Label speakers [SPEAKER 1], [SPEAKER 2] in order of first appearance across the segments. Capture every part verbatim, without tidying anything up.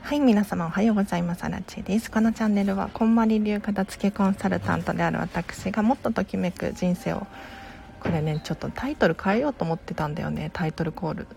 [SPEAKER 1] はい、皆様おはようございます。あらちです。このチャンネルはこんまり流片付けコンサルタントである私がもっとときめく人生を、これねちょっとタイトル変えようと思ってたんだよね。タイトルコール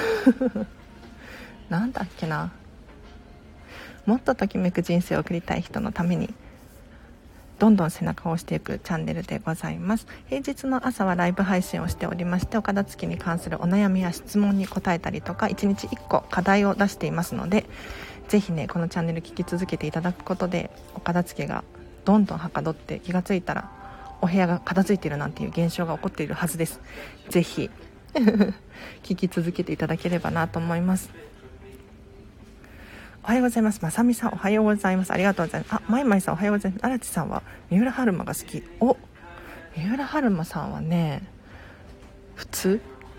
[SPEAKER 1] なんだっけな、もっとときめく人生を送りたい人のためにどんどん背中を押していくチャンネルでございます。平日の朝はライブ配信をしておりまして、お片付けに関するお悩みや質問に答えたりとか、いちにちいっこ課題を出していますので、ぜひねこのチャンネル聞き続けていただくことで、お片付けがどんどんはかどって、気がついたらお部屋が片付いているなんていう現象が起こっているはずです。ぜひ聞き続けていただければなと思います。おはようございます。まさみさんおはようございます。ありがとうございます。あ、まいまいさんおはようございます。あらちさんは三浦春馬が好き。お、三浦春馬さんはね普通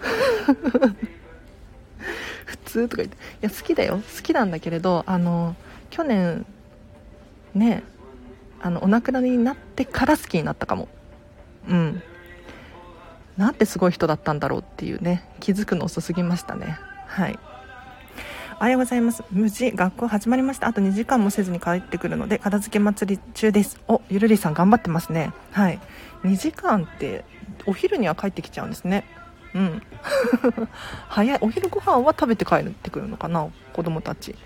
[SPEAKER 1] 普通とか言って、いや好きだよ、好きなんだけれど、あの去年ねあのお亡くなりになってから好きになったかも。うんなんてすごい人だったんだろうっていうね、気づくの遅すぎましたね。はい、おはようございます。無事学校始まりました。あとにじかんもせずに帰ってくるので片付け祭り中です。お、ゆるりさん頑張ってますね。はい、にじかんってお昼には帰ってきちゃうんですね。うん早い。お昼ご飯は食べて帰ってくるのかな、子供たち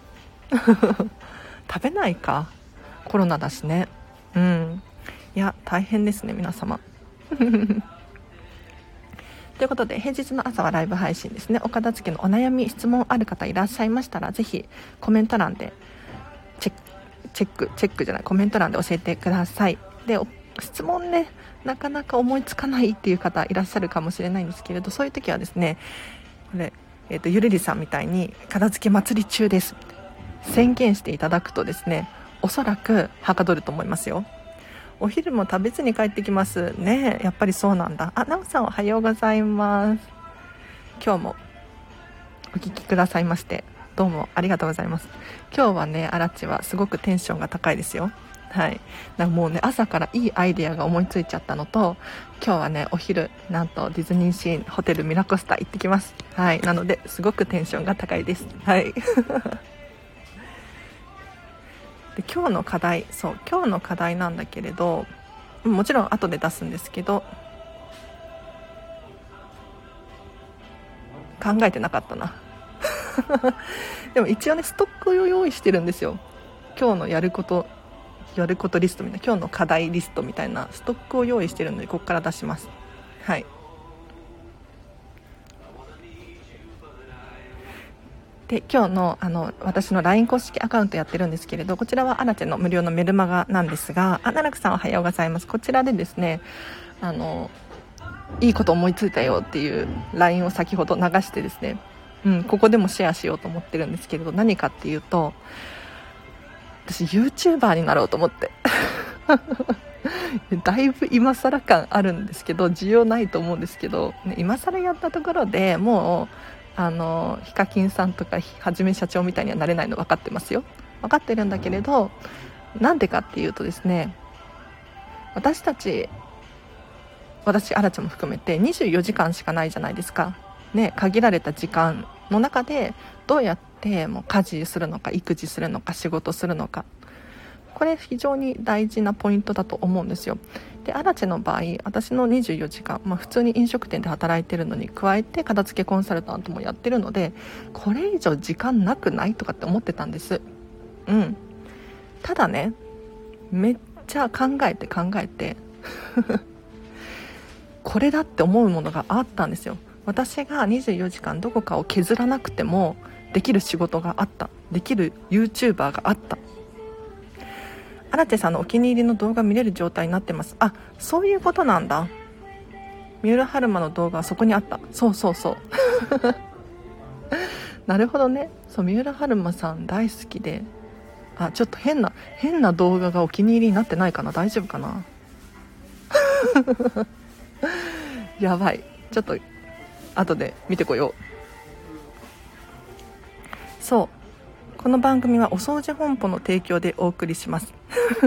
[SPEAKER 1] 食べないか、コロナだしね。うんいや大変ですね皆様ということで、平日の朝はライブ配信ですね。お片付けのお悩み質問ある方いらっしゃいましたら、ぜひコメント欄でチェックチェックチェックじゃないコメント欄で教えてください。で質問ねなかなか思いつかないっていう方いらっしゃるかもしれないんですけれど、そういう時はですね、これ、えーと、ゆるりさんみたいに片付け祭り中です宣言していただくとですね、おそらくはかどると思いますよ。お昼も食べずに帰ってきますね。やっぱりそうなんだ。あ、なおさんおはようございます。今日もお聞きくださいましてどうもありがとうございます。今日はねあらちはすごくテンションが高いですよ。はい、なんかもうね朝からいいアイデアが思いついちゃったのと、今日はねお昼なんとディズニーシーホテルミラコスタ行ってきます。はい、なのですごくテンションが高いです。はいで今日の課題、そう今日の課題なんだけれど、もちろん後で出すんですけど、考えてなかったなでも一応ねストックを用意してるんですよ。今日のやることやることリストみたいな、今日の課題リストみたいなストックを用意してるので、ここから出します。はい。で今日 の, あの私の ライン 公式アカウントやってるんですけれど、こちらはアラチェの無料のメルマガなんですが、あ、奈落さんおはようございます。こちらでですね、あのいいこと思いついたよっていう ライン を先ほど流してですね、うん、ここでもシェアしようと思ってるんですけれど、何かっていうと、私 YouTuber になろうと思ってだいぶ今更感あるんですけど、需要ないと思うんですけど、ね、今更やったところでもうあのヒカキンさんとかはじめ社長みたいにはなれないの分かってますよ。分かってるんだけれど、なんでかっていうとですね、私たち私あらちゃんも含めてにじゅうよじかんしかないじゃないですか、ね、限られた時間の中でどうやってもう家事するのか育児するのか仕事するのか、これ非常に大事なポイントだと思うんですよ。でアラチェの場合、私のにじゅうよじかん、まあ、普通に飲食店で働いてるのに加えて片付けコンサルタントもやってるので、これ以上時間なくないとかって思ってたんです。うんただね、めっちゃ考えて考えてこれだって思うものがあったんですよ。私がにじゅうよじかんどこかを削らなくてもできる仕事があった、できる YouTuber があった、アラチェさんのお気に入りの動画見れる状態になってます。あ、そういうことなんだ。三浦春馬の動画はそこにあった。そうそうそうなるほどね。そう、三浦春馬さん大好きで、あ、ちょっと変な変な動画がお気に入りになってないかな、大丈夫かなやばい、ちょっと後で見てこよう。そうこの番組はお掃除本舗の提供でお送りします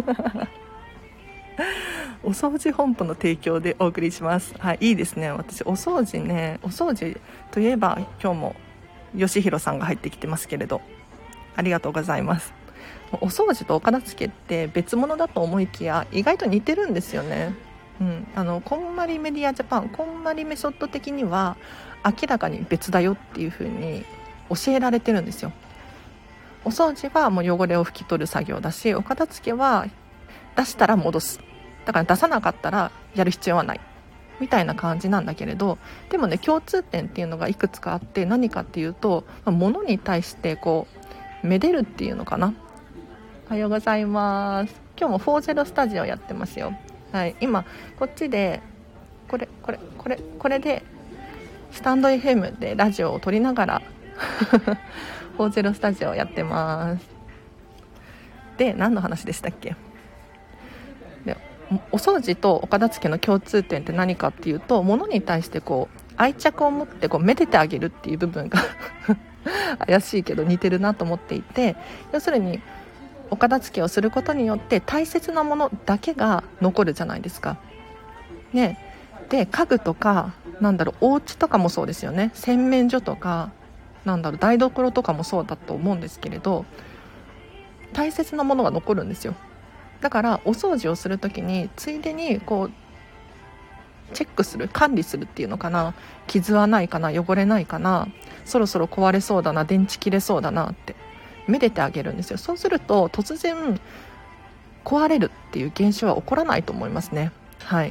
[SPEAKER 1] お掃除本舗の提供でお送りします。はい、いいですね。私お掃除ね、お掃除といえば今日も吉弘さんが入ってきてますけれど、 ありがとうございます。お掃除とお片付けって別物だと思いきや意外と似てるんですよね。うん、あのこんまりメディアジャパン、こんまりメソッド的には明らかに別だよっていう風に教えられてるんですよ。お掃除はもう汚れを拭き取る作業だし、お片付けは出したら戻す、だから出さなかったらやる必要はないみたいな感じなんだけれど、でもね、共通点っていうのがいくつかあって、何かっていうと、物に対してこうめでるっていうのかな。おはようございます。今日もフォーゼロスタジオやってますよ。はい、今こっちでこれこれこれこれでスタンド エフエム でラジオを撮りながらフォーゼロスタジオやってます。で、何の話でしたっけ。で、お掃除とお片付けの共通点って何かっていうと、物に対してこう愛着を持ってこうめでてあげるっていう部分が怪しいけど似てるなと思っていて、要するにお片付けをすることによって大切なものだけが残るじゃないですか、ね、で家具とかなんだろう、お家とかもそうですよね。洗面所とかなんだろう、台所とかもそうだと思うんですけれど、大切なものが残るんですよ。だからお掃除をするときについでにこうチェックする、管理するっていうのかな。傷はないかな、汚れないかな、そろそろ壊れそうだな、電池切れそうだなってめでてあげるんですよ。そうすると突然壊れるっていう現象は起こらないと思いますね。はい。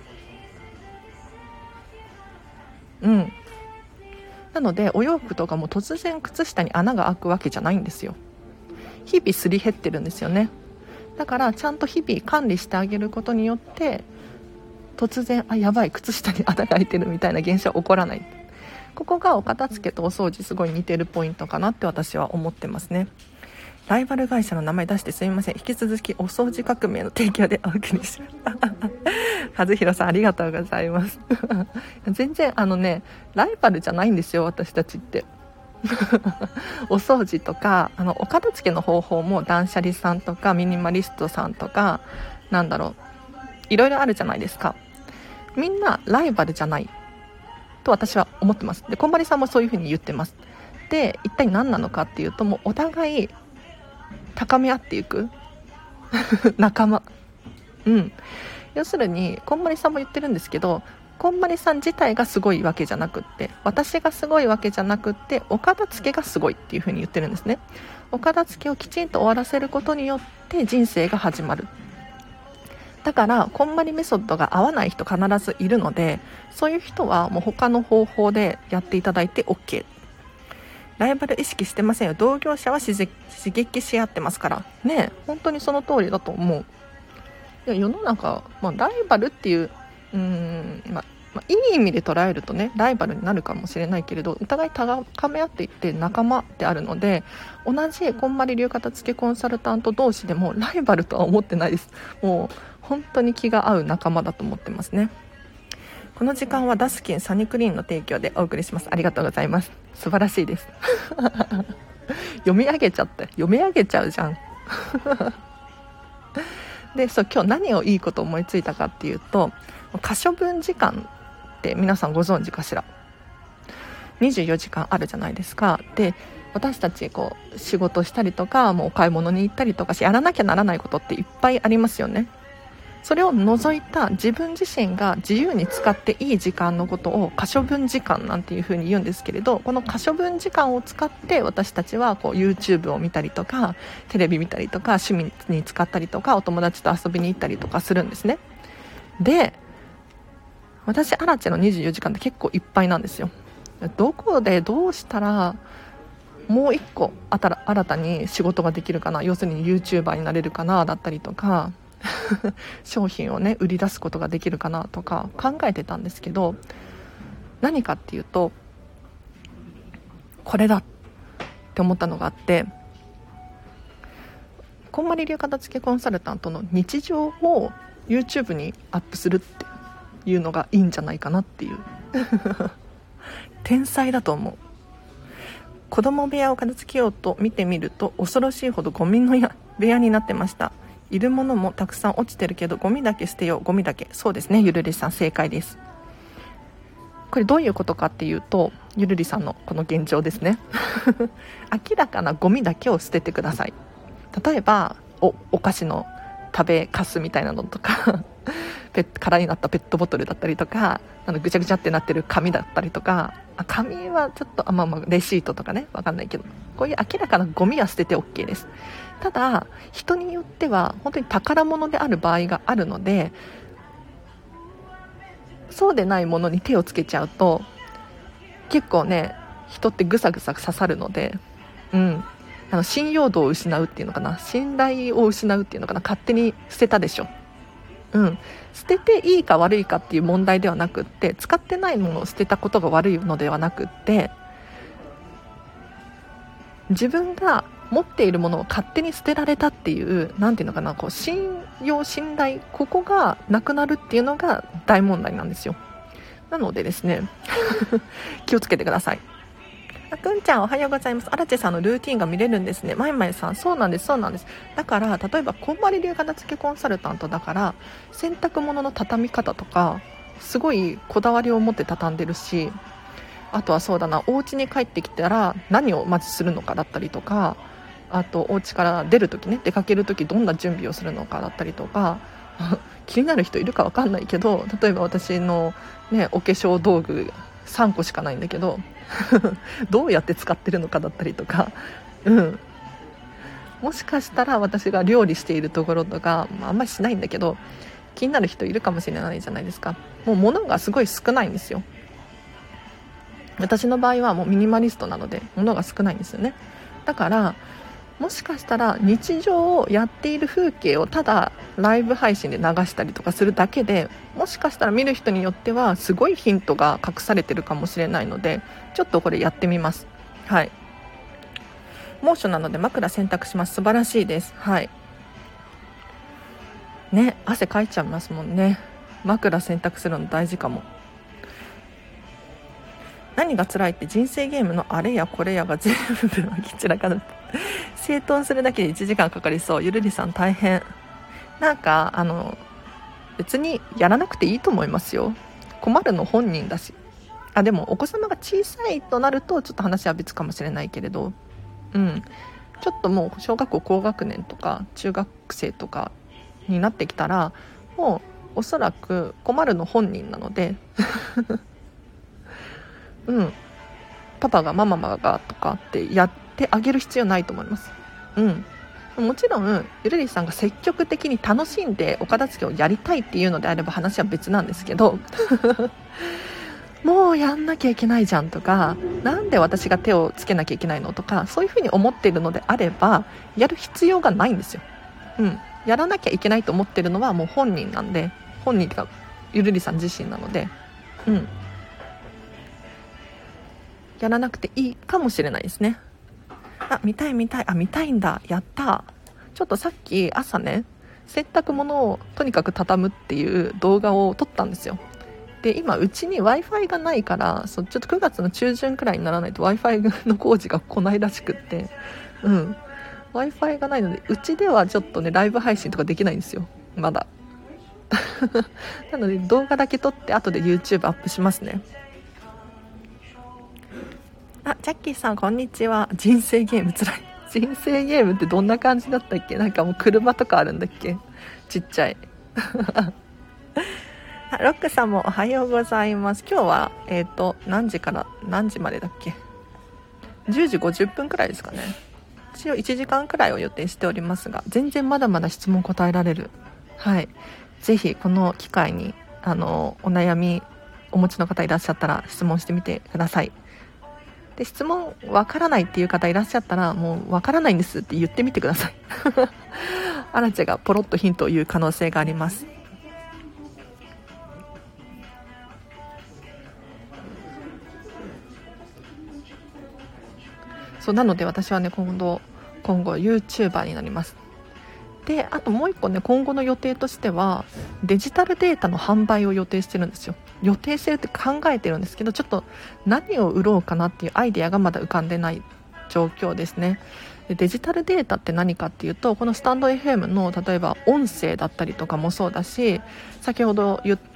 [SPEAKER 1] うんなのでお洋服とかも突然靴下に穴が開くわけじゃないんですよ。日々すり減ってるんですよね。だからちゃんと日々管理してあげることによって突然あやばい靴下に穴が開いてるみたいな現象は起こらない。ここがお片付けとお掃除すごい似てるポイントかなって私は思ってますね。ライバル会社の名前出してすみません。引き続きお掃除革命の提供でお送りします和弘さんありがとうございます全然あのねライバルじゃないんですよ、私たちってお掃除とかあのお片付けの方法も断捨離さんとかミニマリストさんとかなんだろう、いろいろあるじゃないですか。みんなライバルじゃないと私は思ってます。で、こんまりさんもそういう風に言ってます。で、一体何なのかっていうと、もうお互い高め合っていく仲間。うん。要するにこんまりさんも言ってるんですけど、こんまりさん自体がすごいわけじゃなくって、私がすごいわけじゃなくって、お片付けがすごいっていう風に言ってるんですね。お片付けをきちんと終わらせることによって人生が始まる。だからこんまりメソッドが合わない人必ずいるので、そういう人はもう他の方法でやっていただいて OK。 ライバル意識してませんよ。同業者は刺激し合ってますからね。本当にその通りだと思う。いや世の中、まあ、ライバルっていううーん、まあまあ、いい意味で捉えるとねライバルになるかもしれないけれど、お互い高め合っていって仲間であるので、同じこんまり流片付けコンサルタント同士でもライバルとは思ってないです。もう本当に気が合う仲間だと思ってますね。この時間はダスキンサニークリーンの提供でお送りします。ありがとうございます。素晴らしいです読み上げちゃって読み上げちゃうじゃんで、そう今日何をいいこと思いついたかっていうと、可処分時間って皆さんご存知かしら。にじゅうよじかんあるじゃないですか。で、私たちこう仕事したりとかもうお買い物に行ったりとかし、やらなきゃならないことっていっぱいありますよね。それを除いた自分自身が自由に使っていい時間のことを可処分時間なんていう風に言うんですけれど、この可処分時間を使って私たちはこう YouTube を見たりとかテレビ見たりとか趣味に使ったりとかお友達と遊びに行ったりとかするんですね。で、私アラチェのにじゅうよじかんって結構いっぱいなんですよ。どこでどうしたらもう一個新たに仕事ができるかな、要するに YouTuber になれるかなだったりとか商品をね売り出すことができるかなとか考えてたんですけど、何かっていうとこれだって思ったのがあって、こんまり流片付けコンサルタントの日常を YouTube にアップするっていうのがいいんじゃないかなっていう天才だと思う。子供部屋を片付けようと見てみると恐ろしいほどゴミの部屋になってました。いるものもたくさん落ちてるけどゴミだけ捨てよう、ゴミだけ。そうですね、ゆるりさん正解です。これどういうことかっていうと、 ゆるりさんのこの現状ですね明らかなゴミだけを捨ててください。例えば お, お菓子の食べかすみたいなのとかペッ空になったペットボトルだったりとか、あのぐちゃぐちゃってなってる紙だったりとか、あ紙はちょっとあ、まあ、まあレシートとかね、わかんないけど、こういう明らかなゴミは捨てて OK です。ただ人によっては本当に宝物である場合があるので、そうでないものに手をつけちゃうと結構ね、人ってぐさぐさ刺さるので、うん、あの信用度を失うっていうのかな、信頼を失うっていうのかな、勝手に捨てたでしょ、うん、捨てていいか悪いかっていう問題ではなくって、使ってないものを捨てたことが悪いのではなくって、自分が持っているものを勝手に捨てられたっていう、なんていうのかな、こう信用信頼、ここがなくなるっていうのが大問題なんですよ。なのでですね気をつけてください。あくんちゃんおはようございます。荒地さんのルーティンが見れるんですね。まいまいさん、そうなんですそうなんです。だから例えばこんまり流片付けコンサルタントだから、洗濯物の畳み方とかすごいこだわりを持って畳んでるし、あとはそうだな、お家に帰ってきたら何をまずするのかだったりとか、あとお家から出るときね、出かけるときどんな準備をするのかだったりとか気になる人いるか分かんないけど、例えば私の、ね、お化粧道具さんこしかないんだけどどうやって使ってるのかだったりとか、うん、もしかしたら私が料理しているところとか、まあ、あんまりしないんだけど気になる人いるかもしれないじゃないですか。もう物がすごい少ないんですよ。私の場合はもうミニマリストなので物が少ないんですよね。だからもしかしたら日常をやっている風景をただライブ配信で流したりとかするだけで、もしかしたら見る人によってはすごいヒントが隠されてるかもしれないので、ちょっとこれやってみます。はい、猛暑なので枕洗濯します。素晴らしいです。はいね、汗かいちゃいますもんね。枕洗濯するの大事かも。何が辛いって人生ゲームのあれやこれやが全部巻き散らかる整頓するだけでいちじかんかかりそう。ゆるりさん大変。なんかあの別にやらなくていいと思いますよ。困るの本人だし。あでもお子様が小さいとなるとちょっと話は別かもしれないけれど、うんちょっともう小学校高学年とか中学生とかになってきたらもうおそらく困るの本人なのでうん、パパがママがとかってやってあげる必要ないと思います。うん、もちろんゆるりさんが積極的に楽しんでお片付けをやりたいっていうのであれば話は別なんですけどもうやんなきゃいけないじゃんとか、なんで私が手をつけなきゃいけないのとか、そういうふうに思っているのであればやる必要がないんですよ。うん、やらなきゃいけないと思ってるのはもう本人なんで、本人ってかゆるりさん自身なので、うんやらなくていいかもしれないですね。あ、見たい見たい、あ、見たいんだ、やった。ちょっとさっき朝ね、洗濯物をとにかく畳むっていう動画を撮ったんですよ。で今うちに Wi-Fi がないから、そうちょっとくがつの中旬くらいにならないと Wi-Fi の工事が来ないらしくって、うん Wi-Fi がないのでうちではちょっとねライブ配信とかできないんですよまだなので動画だけ撮って後で YouTube アップしますね。あ、ジャッキーさんこんにちは。人生ゲームつらい。人生ゲームってどんな感じだったっけ。なんかもう車とかあるんだっけ、ちっちゃいあ、ロックさんもおはようございます。今日はえっと何時から何時までだっけ、じゅうじごじゅっぷんくらいですかね。一応いちじかんくらいを予定しておりますが、全然まだまだ質問答えられる。はい、ぜひこの機会にあのお悩みお持ちの方いらっしゃったら質問してみてください。で質問わからないっていう方いらっしゃったら、もうわからないんですって言ってみてくださいアラチェがポロッとヒントを言う可能性があります。そうなので私はね今度今後 YouTuber になります。であともう一個ね、今後の予定としてはデジタルデータの販売を予定してるんですよ。予定してるって考えてるんですけど、ちょっと何を売ろうかなっていうアイデアがまだ浮かんでない状況ですね。でデジタルデータって何かっていうと、このスタンド エフエム の例えば音声だったりとかもそうだし、先ほど言った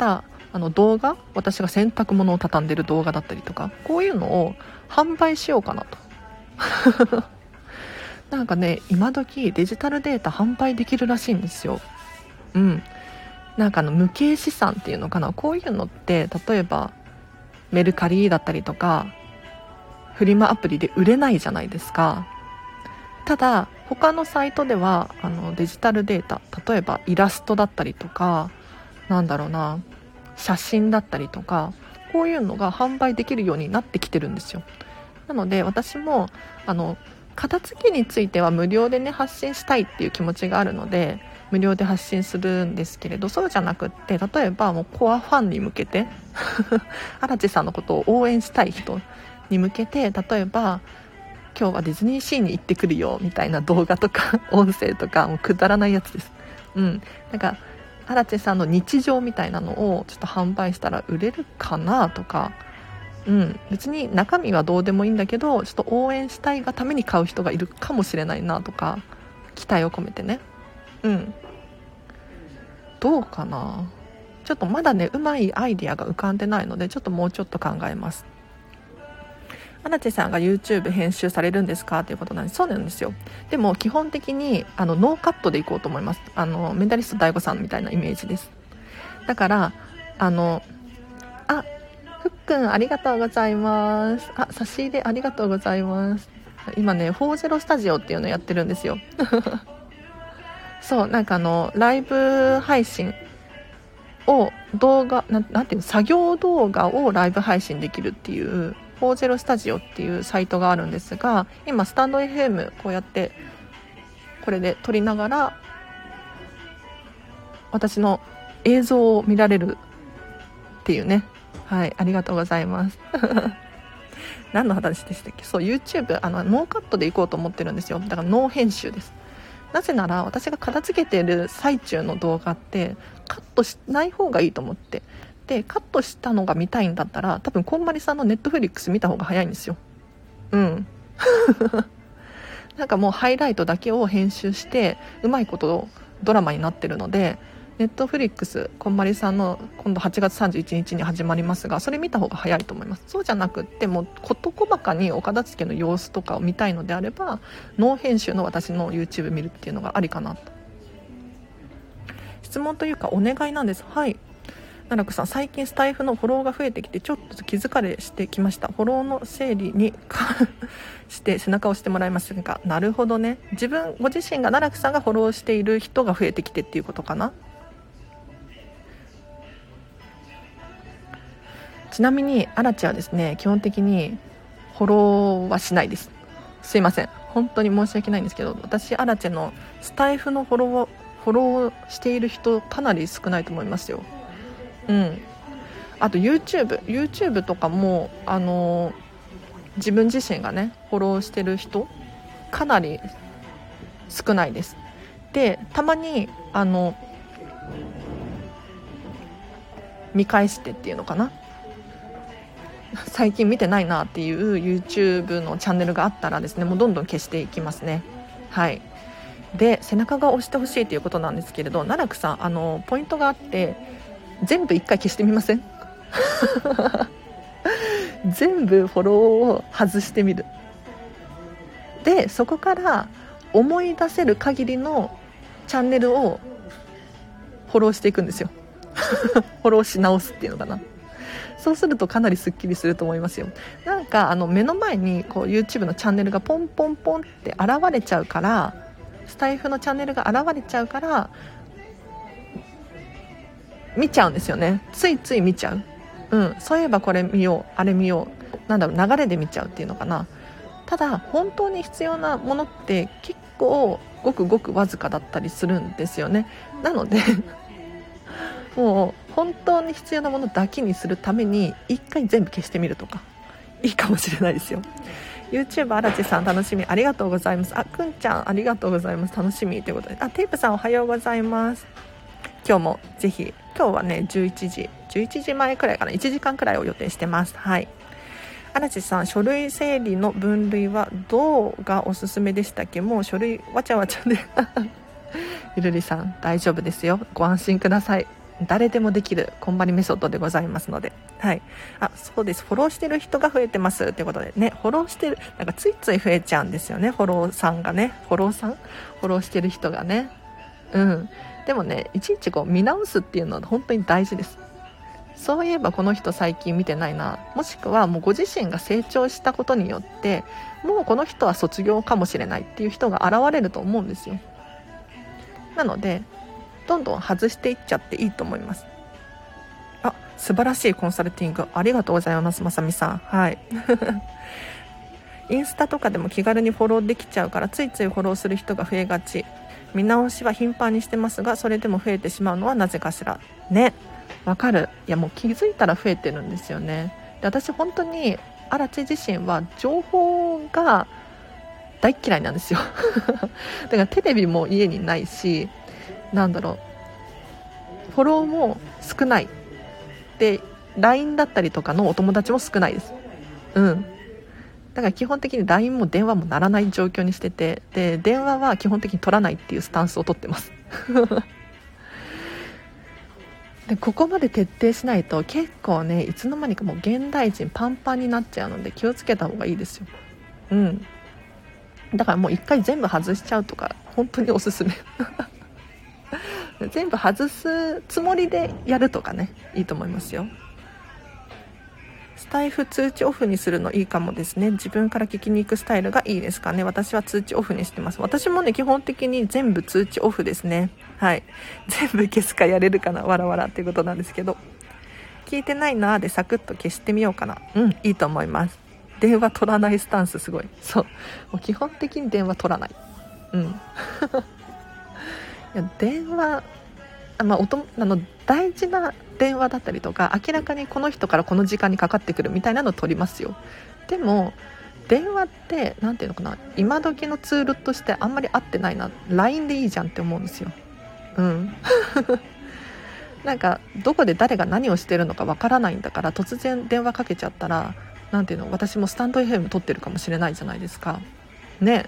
[SPEAKER 1] あの動画、私が洗濯物を畳んでる動画だったりとか、こういうのを販売しようかなとなんかね、今時デジタルデータ販売できるらしいんですよ。うん。なんかあの無形資産っていうのかな、こういうのって例えばメルカリだったりとかフリマアプリで売れないじゃないですか。ただ他のサイトではあのデジタルデータ、例えばイラストだったりとか、なんだろうな、写真だったりとか、こういうのが販売できるようになってきてるんですよ。なので私もあの片付けについては無料でね発信したいっていう気持ちがあるので無料で発信するんですけれど、そうじゃなくって、例えばもうコアファンに向けて荒地さんのことを応援したい人に向けて、例えば今日はディズニーシーに行ってくるよみたいな動画とか音声とか、もうくだらないやつです。うん。なんか荒地さんの日常みたいなのをちょっと販売したら売れるかなとか、うん、別に中身はどうでもいいんだけど、ちょっと応援したいがために買う人がいるかもしれないなとか、期待を込めてね。うん。どうかな。ちょっとまだねうまいアイディアが浮かんでないので、ちょっともうちょっと考えます。荒地さんが YouTube 編集されるんですかということなんです。そうなんですよ。でも基本的にあのノーカットでいこうと思います。あのメダリスト大悟さんみたいなイメージです。だからあのあふっくんありがとうございます。あ、差し入れありがとうございます。今ねフォーゼロスタジオっていうのやってるんですよそう、なんかあのライブ配信を動画な、なんていうの、作業動画をライブ配信できるっていうフォーゼロスタジオっていうサイトがあるんですが、今スタンド エフエム こうやってこれで撮りながら私の映像を見られるっていうね。はい、ありがとうございます何の話でしたっけ。そう、 YouTube あのノーカットでいこうと思ってるんですよ。だからノー編集です。なぜなら私が片付けてる最中の動画ってカットしない方がいいと思って、でカットしたのが見たいんだったら多分こんまりさんのネットフリックス見た方が早いんですよ。うんなんかもうハイライトだけを編集してうまいことドラマになってるので、ネットフリックスこんまりさんの今度はちがつさんじゅういちにちに始まりますが、それ見た方が早いと思います。そうじゃなくってもう事細かにお片付けの様子とかを見たいのであればノー編集の私の YouTube 見るっていうのがありかなと。質問というかお願いなんです。はい、奈々子さん、最近スタイフのフォローが増えてきてちょっと気疲れしてきました。フォローの整理にして背中を押してもらいますが、なるほどね。自分ご自身が奈々子さんがフォローしている人が増えてきてっていうことかな。ちなみにアラチはですね、基本的にフォローはしないです。すいません、本当に申し訳ないんですけど、私アラチのスタイフのフォローフォローしている人かなり少ないと思いますよ。うん。あと YouTube YouTube とかもあの自分自身がねフォローしてる人かなり少ないです。でたまにあの見返してっていうのかな、最近見てないなっていう YouTube のチャンネルがあったらですね、もうどんどん消していきますね。はい。で背中が押してほしいということなんですけれど、奈々さんあのポイントがあって、全部一回消してみません全部フォローを外してみる。でそこから思い出せる限りのチャンネルをフォローしていくんですよフォローし直すっていうのかな。そうするとかなりスッキリすると思いますよ。なんかあの目の前にこう YouTube のチャンネルがポンポンポンって現れちゃうから、スタイフのチャンネルが現れちゃうから見ちゃうんですよね。ついつい見ちゃう。うん、そういえばこれ見ようあれ見よう、なんだろう、流れで見ちゃうっていうのかな。ただ本当に必要なものって結構ごくごくわずかだったりするんですよね。なのでもう本当に必要なものだけにするために一回全部消してみるとかいいかもしれないですよ。 YouTube 荒地さん楽しみありがとうございます。あ、くんちゃんありがとうございます。楽しみということで、あ、テープさんおはようございます。今日もぜひ、今日はねじゅういちじじゅういちじまえくらいかな、いちじかんくらいを予定してます。はい。荒地さん、書類整理の分類はどうがおすすめでしたっけ。もう書類わちゃわちゃでゆるりさん大丈夫ですよ、ご安心ください。 誰でもできるこんまりメソッドでございますので、はい、あ、そうです、フォローしてる人が増えてますってことでね、フォローしてる、なんかついつい増えちゃうんですよね、フォローさんがね、フォローさんフォローしてる人がね、うん、でもね、いちいちこう見直すっていうのは本当に大事です。そういえばこの人最近見てないな、もしくはもうご自身が成長したことによってもうこの人は卒業かもしれないっていう人が現れると思うんですよ。なのでどんどん外していっちゃっていいと思います。あ、素晴らしいコンサルティングありがとうございます、まさみさん。はいインスタとかでも気軽にフォローできちゃうからついついフォローする人が増えがち。見直しは頻繁にしてますがそれでも増えてしまうのはなぜかしらね。わかる。いやもう気づいたら増えてるんですよね。で、私本当にアラチ自身は情報が大嫌いなんですよだからテレビも家にないし、なんだろう、フォローも少ないで ライン だったりとかのお友達も少ないです。うんだから基本的に ライン も電話も鳴らない状況にしてて、で電話は基本的に取らないっていうスタンスを取ってますでここまで徹底しないと結構ね、いつの間にかもう現代人パンパンになっちゃうので気をつけた方がいいですよ。うんだからもう一回全部外しちゃうとか本当におすすめ全部外すつもりでやるとかね、いいと思いますよ。スタイフ通知オフにするのいいかもですね。自分から聞きに行くスタイルがいいですかね。私は通知オフにしてます。私もね基本的に全部通知オフですね。はい全部消すかやれるかなわらわらっていうことなんですけど、聞いてないなーでサクッと消してみようかな。うんいいと思います。電話取らないスタンスすごい。そうもう基本的に電話取らない。うんいや電話あ、まあ、おとあの大事な電話だったりとか明らかにこの人からこの時間にかかってくるみたいなの取りますよ。でも電話ってなんていうのかな、今時のツールとしてあんまり合ってないな。 ライン でいいじゃんって思うんですよ。うんなんかどこで誰が何をしてるのかわからないんだから突然電話かけちゃったらなんていうの、私もスタンド エフエム 撮ってるかもしれないじゃないですかね。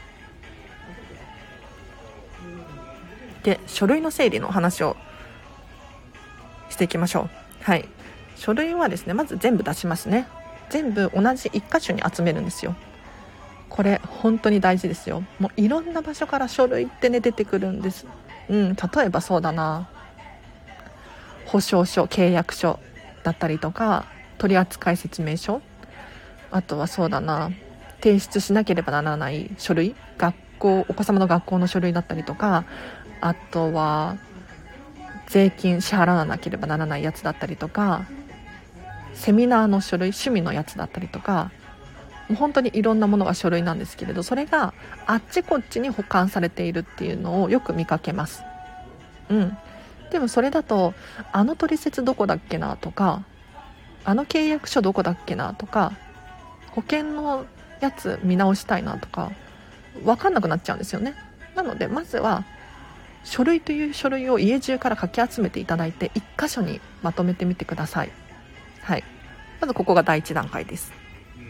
[SPEAKER 1] で書類の整理の話をしていきましょう。はい、書類はですねまず全部出しますね。全部同じ一箇所に集めるんですよ。これ本当に大事ですよ。もういろんな場所から書類ってね出てくるんです。うん例えばそうだな、保証書、契約書だったりとか取扱説明書、あとはそうだな、提出しなければならない書類、学校お子様の学校の書類だったりとか、あとは税金支払わなければならないやつだったりとか、セミナーの書類、趣味のやつだったりとか、もう本当にいろんなものが書類なんですけれど、それがあっちこっちに保管されているっていうのをよく見かけます。うんでもそれだとあの取説どこだっけなとか、あの契約書どこだっけなとか、保険のやつ見直したいなとか分かんなくなっちゃうんですよね。なのでまずは書類という書類を家中からかき集めていただいて一箇所にまとめてみてください。はい、まずここが第一段階です。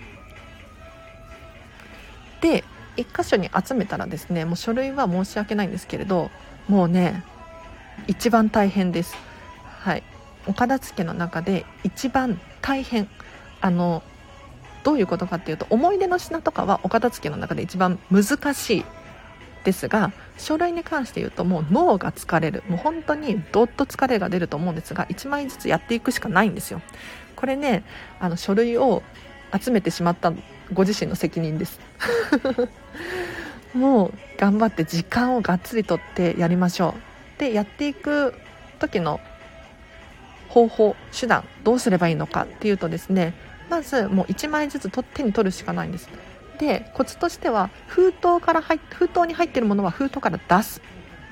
[SPEAKER 1] で一箇所に集めたらですね、もう書類は申し訳ないんですけれどもうね一番大変です。はい、お片付けの中で一番大変、あのどういうことかっていうと、思い出の品とかはお片付けの中で一番難しいですが、書類に関して言うともう脳が疲れる、もう本当にどっと疲れが出ると思うんですが、いちまいずつやっていくしかないんですよ。これね、あの書類を集めてしまったご自身の責任ですもう頑張って時間をがっつりとってやりましょう。でやっていく時の方法手段どうすればいいのかっていうとですね、まずもういちまいずつと手に取るしかないんです。でコツとしては封筒から入っ封筒に入っているものは封筒から出す、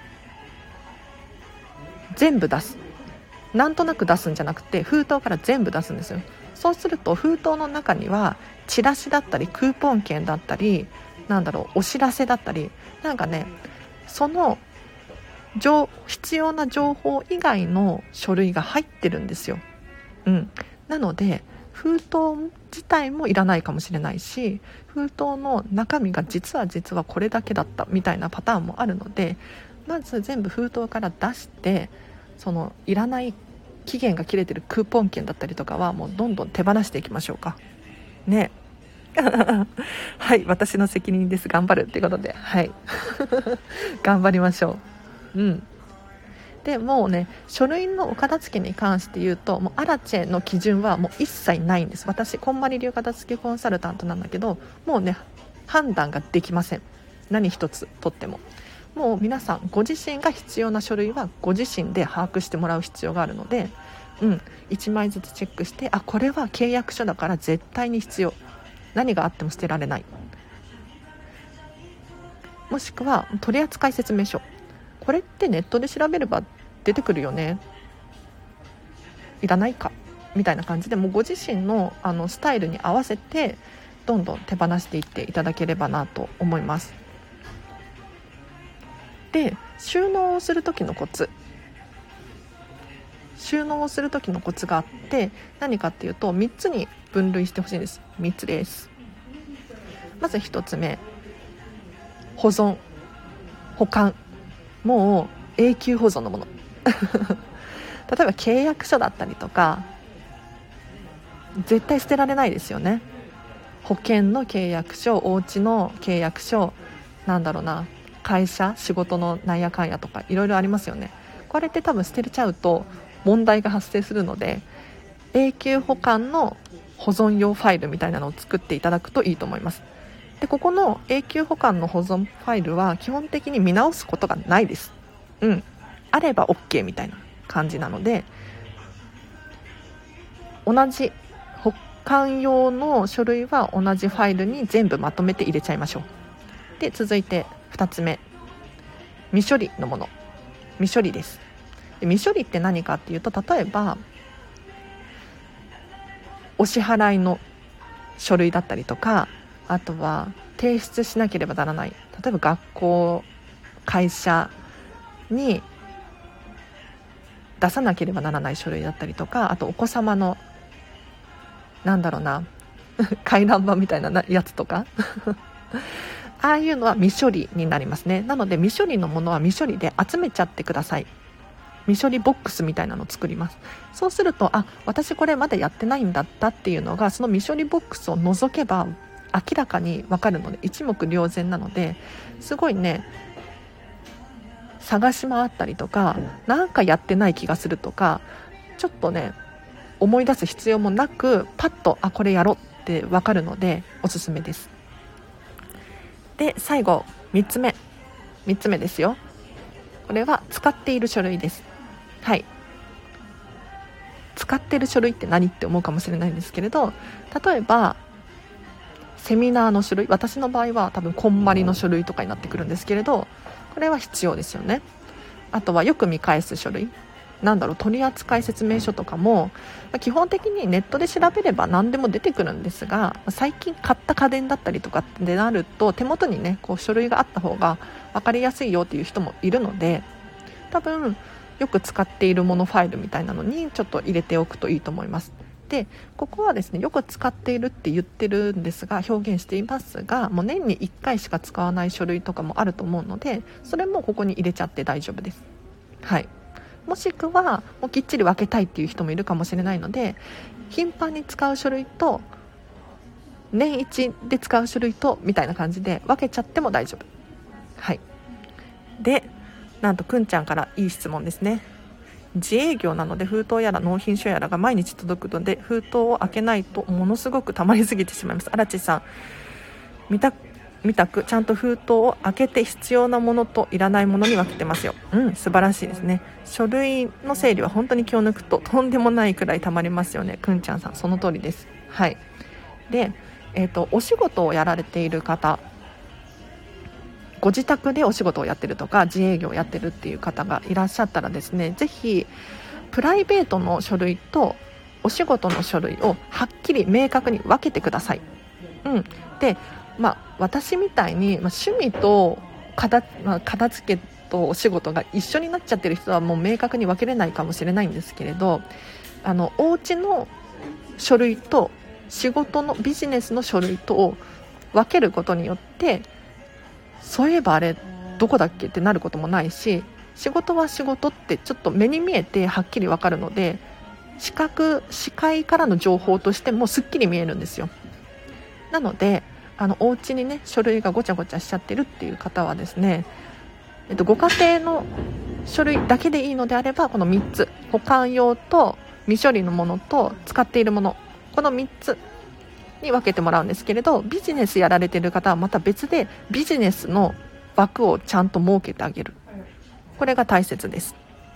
[SPEAKER 1] 全部出す、なんとなく出すんじゃなくて封筒から全部出すんですよ。そうすると封筒の中にはチラシだったりクーポン券だったり、なんだろう、お知らせだったり、なんかね、その必要な情報以外の書類が入ってるんですよ。うん、なので封筒自体もいらないかもしれないし、封筒の中身が実は実はこれだけだったみたいなパターンもあるので、まず全部封筒から出して、 そのいらない期限が切れてるクーポン券だったりとかはもうどんどん手放していきましょうかね。はい、私の責任です、頑張るっていうことで、はい頑張りましょう。うんでもうね、書類のお片付けに関して言うと、もうアラチェの基準はもう一切ないんです。私こんまり流片付けコンサルタントなんだけど、もうね判断ができません。何一つとってももう皆さんご自身が必要な書類はご自身で把握してもらう必要があるので、うん、いちまいずつチェックして、あ、これは契約書だから絶対に必要、何があっても捨てられない、もしくは取扱説明書、これってネットで調べれば出てくるよね、いらないかみたいな感じで、もうご自身の、あのスタイルに合わせてどんどん手放していっていただければなと思います。で、収納をする時のコツ収納をする時のコツがあって、何かっていうとみっつに分類してほしいんです。みっつです。まずひとつめ、保存保管、もう永久保存のもの例えば契約書だったりとか絶対捨てられないですよね。保険の契約書、お家の契約書、なんだろうな、会社仕事のなんやかんやとかいろいろありますよね。これって多分捨てちゃうと問題が発生するので、永久保管の保存用ファイルみたいなのを作っていただくといいと思います。で、ここの永久保管の保存ファイルは基本的に見直すことがないです。うん、あれば OK みたいな感じなので、同じ保管用の書類は同じファイルに全部まとめて入れちゃいましょう。で、続いてふたつめ、未処理のもの、未処理です。で、未処理って何かっていうと、例えばお支払いの書類だったりとか、あとは提出しなければならない、例えば学校、会社に出さなければならない書類だったりとか、あとお子様のなんだろうな回覧板みたいなやつとかああいうのは未処理になりますね。なので未処理のものは未処理で集めちゃってください。未処理ボックスみたいなのを作ります。そうすると、あ、私これまだやってないんだったっていうのが、その未処理ボックスを覗けば明らかに分かるので、一目瞭然なので、すごいね、探し回ったりとか、なんかやってない気がするとか、ちょっとね思い出す必要もなく、パッとあこれやろうって分かるのでおすすめです。で、最後みっつめみっつめですよ。これは使っている書類です。はい、使っている書類って何って思うかもしれないんですけれど、例えばセミナーの書類、私の場合は多分こんまりの書類とかになってくるんですけれど、これは必要ですよね。あとはよく見返す書類、なんだろう、取扱説明書とかも基本的にネットで調べれば何でも出てくるんですが、最近買った家電だったりとかってなると、手元にねこう書類があった方が分かりやすいよっていう人もいるので、多分よく使っているものファイルみたいなのにちょっと入れておくといいと思います。で、ここはですね、よく使っているって言ってるんですが、表現していますが、もう年にいっかいしか使わない書類とかもあると思うので、それもここに入れちゃって大丈夫です。はい、もしくはもうきっちり分けたいっていう人もいるかもしれないので、頻繁に使う書類と年一で使う書類とみたいな感じで分けちゃっても大丈夫。はい、で、なんとくんちゃんからいい質問ですね。自営業なので封筒やら納品書やらが毎日届くので、封筒を開けないとものすごく溜まりすぎてしまいます。荒地さん、見た見たくちゃんと封筒を開けて必要なものといらないものに分けてますよ。うん、素晴らしいですね。書類の整理は本当に気を抜くととんでもないくらい溜まりますよね。くんちゃんさん、その通りです。はい。で、えーと、お仕事をやられている方、ご自宅でお仕事をやってるとか自営業をやってるっていう方がいらっしゃったらですね、ぜひプライベートの書類とお仕事の書類をはっきり明確に分けてください。うん、で、まあ、私みたいに、まあ、趣味と片、まあ、片付けとお仕事が一緒になっちゃってる人はもう明確に分けれないかもしれないんですけれど、あのお家の書類と仕事のビジネスの書類とを分けることによって、そういえばあれどこだっけってなることもないし、 仕事は仕事ってちょっと目に見えてはっきりわかるので、視覚視界からの情報としてもすっきり見えるんですよ。なのであのお家にね書類がごちゃごちゃしちゃってるっていう方はですね、えっと、ご家庭の書類だけでいいのであればこのみっつ、保管用と未処理のものと使っているもの、このみっつに分けてもらうんですけれど、ビジネスやられている方はまた別でビジネスの枠をちゃんと設けてあげる、これが大切です。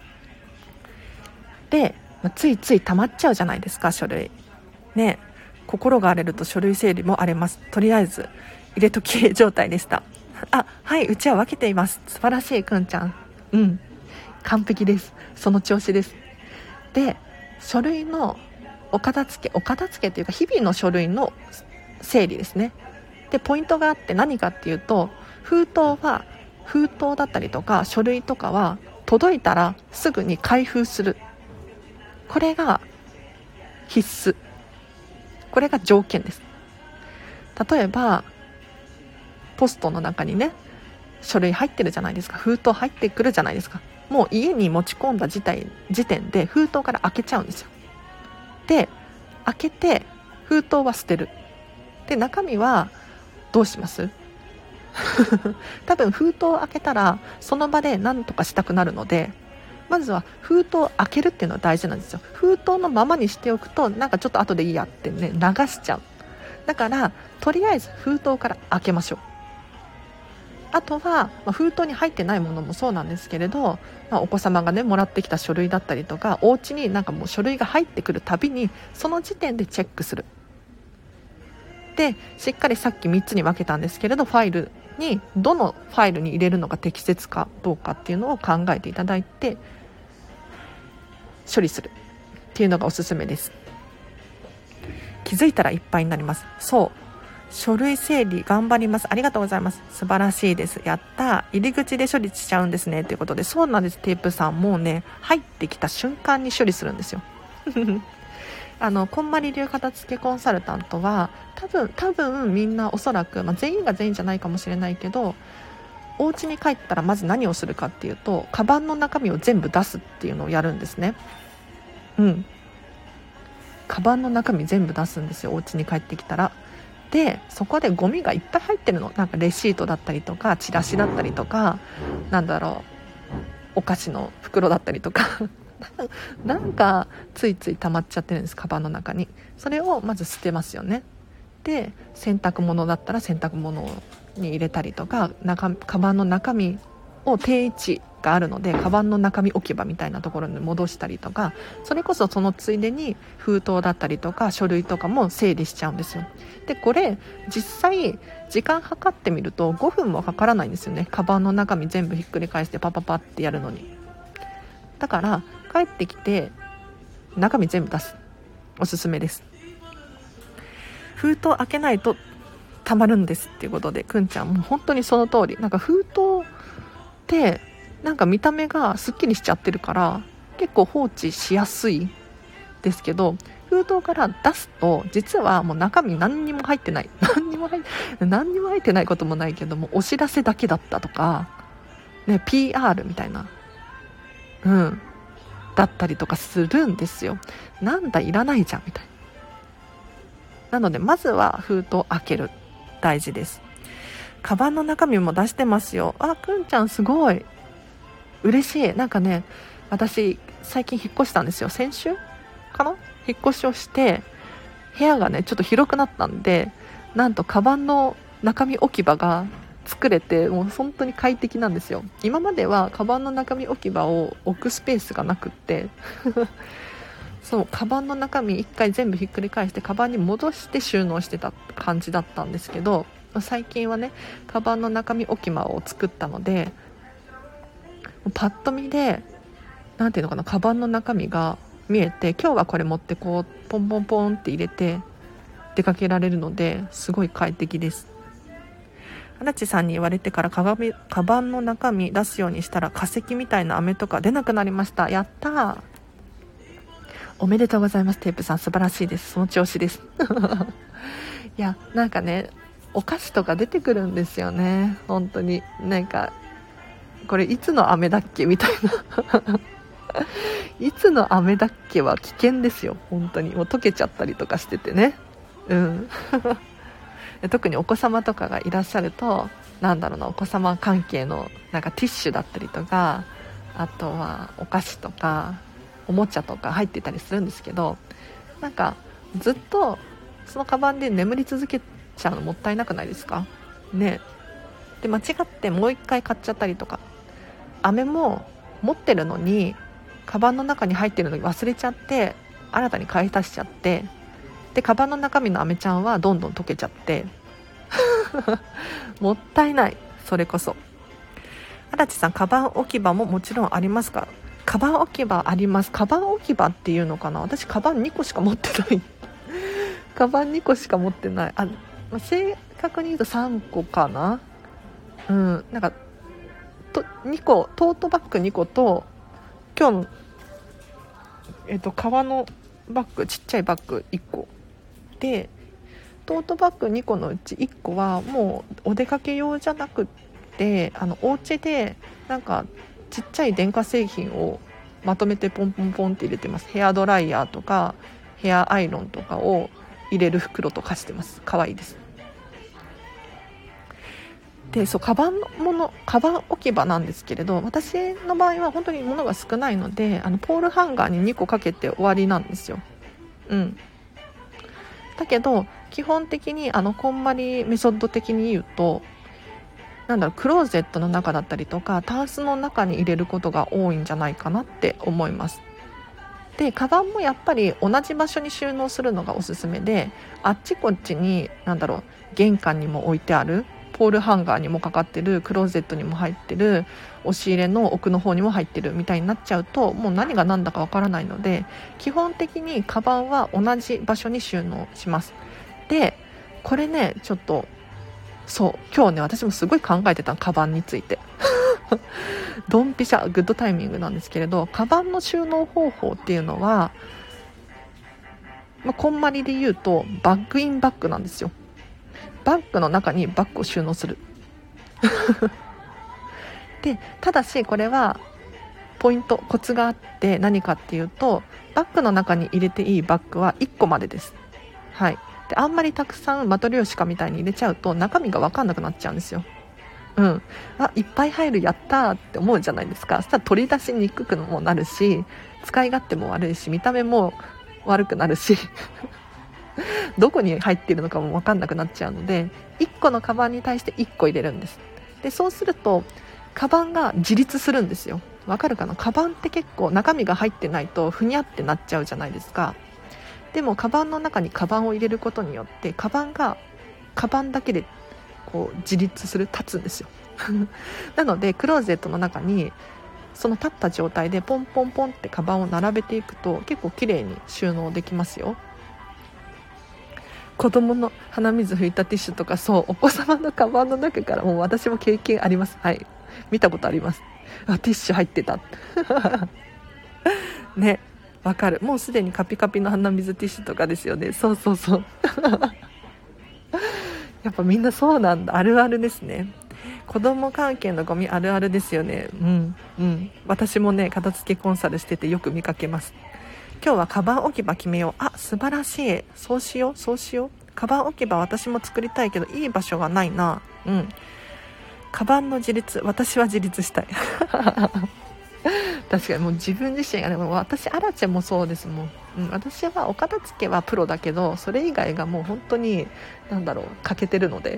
[SPEAKER 1] でついつい溜まっちゃうじゃないですか、書類ね。心が荒れると書類整理も荒れます。とりあえず入れとき状態でした。あ、はい、うちは分けています。素晴らしい、くんちゃん。うん、完璧です。その調子です。で書類のお片付けお片付けというか日々の書類の整理ですね。でポイントがあって、何かっていうと、封筒は封筒だったりとか書類とかは届いたらすぐに開封する、これが必須、これが条件です。例えばポストの中にね書類入ってるじゃないですか、封筒入ってくるじゃないですか。もう家に持ち込んだ時点時点で封筒から開けちゃうんですよ。で開けて封筒は捨てる。で中身はどうします多分封筒を開けたらその場で何とかしたくなるので、まずは封筒を開けるっていうのは大事なんですよ。封筒のままにしておくとなんかちょっと後でいいやってね流しちゃう。だからとりあえず封筒から開けましょう。あとは、まあ、封筒に入ってないものもそうなんですけれど、まあ、お子様がねもらってきた書類だったりとか、お家になんかもう書類が入ってくるたびにその時点でチェックする。でしっかりさっきみっつに分けたんですけれど、ファイルにどのファイルに入れるのが適切かどうかっていうのを考えていただいて処理するっていうのがおすすめです。気づいたらいっぱいになります。そう、書類整理頑張ります。ありがとうございます。素晴らしいです。やった。入り口で処理しちゃうんですねということで、そうなんです。テープさんもうね入ってきた瞬間に処理するんですよあのこんまり流片付けコンサルタントは多分多分みんなおそらく、まあ、全員が全員じゃないかもしれないけど、お家に帰ったらまず何をするかっていうと、カバンの中身を全部出すっていうのをやるんですね。うんカバンの中身全部出すんですよ、お家に帰ってきたら。でそこでゴミがいっぱい入ってるの。なんかレシートだったりとかチラシだったりとか、なんだろうお菓子の袋だったりとかなんかついつい溜まっちゃってるんです、カバンの中に。それをまず捨てますよね。で洗濯物だったら洗濯物に入れたりとか、中カバンの中身を定位置があるのでカバンの中身置き場みたいなところに戻したりとか、それこそそのついでに封筒だったりとか書類とかも整理しちゃうんですよ。でこれ実際時間計ってみるとごふんもかからないんですよね。カバンの中身全部ひっくり返してパパパってやるのに。だから帰ってきて中身全部出す、おすすめです。封筒開けないとたまるんですっていうことで、くんちゃんもう本当にその通り。なんか封筒ってなんか見た目がすっきりしちゃってるから結構放置しやすいですけど、封筒から出すと実はもう中身何にも入ってない何にも入って何にも入ってないこともないけども、お知らせだけだったとかね、 ピーアール みたいなうんだったりとかするんですよ。なんだいらないじゃんみたいな。なのでまずは封筒開ける、大事です。カバンの中身も出してますよ。あ、くんちゃんすごい嬉しい。なんかね私最近引っ越したんですよ。先週かな、引っ越しをして部屋がねちょっと広くなったんで、なんとカバンの中身置き場が作れて、もう本当に快適なんですよ。今まではカバンの中身置き場を置くスペースがなくってそうカバンの中身一回全部ひっくり返してカバンに戻して収納してた感じだったんですけど、最近はねカバンの中身置き場を作ったので、パッと見でなんていうのかな、カバンの中身が見えて、今日はこれ持ってこうポンポンポンって入れて出かけられるのですごい快適です。足立さんに言われてから鏡カバンの中身出すようにしたら化石みたいな飴とか出なくなりました。やったー、おめでとうございます。テープさん素晴らしいです。その調子ですいやなんかねお菓子とか出てくるんですよね。本当になんかこれいつの飴だっけみたいないつの飴だっけは危険ですよ本当に。もう溶けちゃったりとかしててね。うん特にお子様とかがいらっしゃると、なんだろうな、お子様関係のなんかティッシュだったりとか、あとはお菓子とかおもちゃとか入ってたりするんですけど、なんかずっとそのカバンで眠り続けちゃうのもったいなくないですかね。で間違ってもう一回買っちゃったりとか、飴も持ってるのにカバンの中に入ってるのに忘れちゃって新たに買い足しちゃって、でカバンの中身の飴ちゃんはどんどん溶けちゃってもったいない。それこそ荒地さん、カバン置き場ももちろんありますか？カバン置き場あります。カバン置き場っていうのかな、私カバンにこしか持ってないカバンにこしか持ってない。あ、正確に言うとさんこかな。うんなんかとにこ、トートバッグにこと今日のえっと革のバッグ、ちっちゃいバッグいっこで、トートバッグにこのうちいっこはもうお出かけ用じゃなくってあのお家でなんかちっちゃい電化製品をまとめてポンポンポンって入れてます。ヘアドライヤーとかヘアアイロンとかを入れる袋とかしてます。可愛いです。でそうカバンのものカバン置き場なんですけれど、私の場合は本当に物が少ないので、あのポールハンガーににこかけて終わりなんですよ。うんだけど基本的にあのこんまりメソッド的に言うと、なんだろう、クローゼットの中だったりとかタンスの中に入れることが多いんじゃないかなって思います。でカバンもやっぱり同じ場所に収納するのがおすすめで、あっちこっちになんだろう、玄関にも置いてある、ポールハンガーにもかかってる、クローゼットにも入ってる、押し入れの奥の方にも入ってるみたいになっちゃうと、もう何が何だかわからないので、基本的にカバンは同じ場所に収納します。でこれね、ちょっとそう今日ね、私もすごい考えてたカバンについてドンピシャグッドタイミングなんですけれど、カバンの収納方法っていうのは、まあ、こんまりで言うとバッグインバッグなんですよ。バッグの中にバッグを収納するでただしこれはポイント、コツがあって、何かっていうと、バッグの中に入れていいバッグはいっこまでです。はい。であんまりたくさんマトリョーシカみたいに入れちゃうと中身が分かんなくなっちゃうんですよ。うんあいっぱい入る、やったーって思うじゃないですか。そしたら取り出しにくくもなるし、使い勝手も悪いし、見た目も悪くなるしどこに入っているのかも分かんなくなっちゃうので、いっこのカバンに対していっこ入れるんです。でそうするとカバンが自立するんですよ。わかるかな。カバンって結構中身が入ってないとふにゃってなっちゃうじゃないですか。でもカバンの中にカバンを入れることによってカバンがカバンだけでこう自立する、立つんですよなのでクローゼットの中にその立った状態でポンポンポンってカバンを並べていくと結構綺麗に収納できますよ。子供の鼻水拭いたティッシュとか、そうお子様のカバンの中からもう私も経験あります。はい、見たことあります。あティッシュ入ってたね、わかる。もうすでにカピカピの鼻水ティッシュとかですよね。そうそうそうやっぱみんなそうなんだ、あるあるですね。子供関係のゴミあるあるですよね。うんうん私もね、片付けコンサルしててよく見かけます。今日はカバン置き場決めよう。あ素晴らしい。そうしようそうしよう。カバン置き場私も作りたいけどいい場所がないな。うんカバンの自立、私は自立したい確かにもう自分自身がね、もう私アラチェもそうですもん、うん、私はお片付けはプロだけど、それ以外がもう本当になんだろう、欠けてるので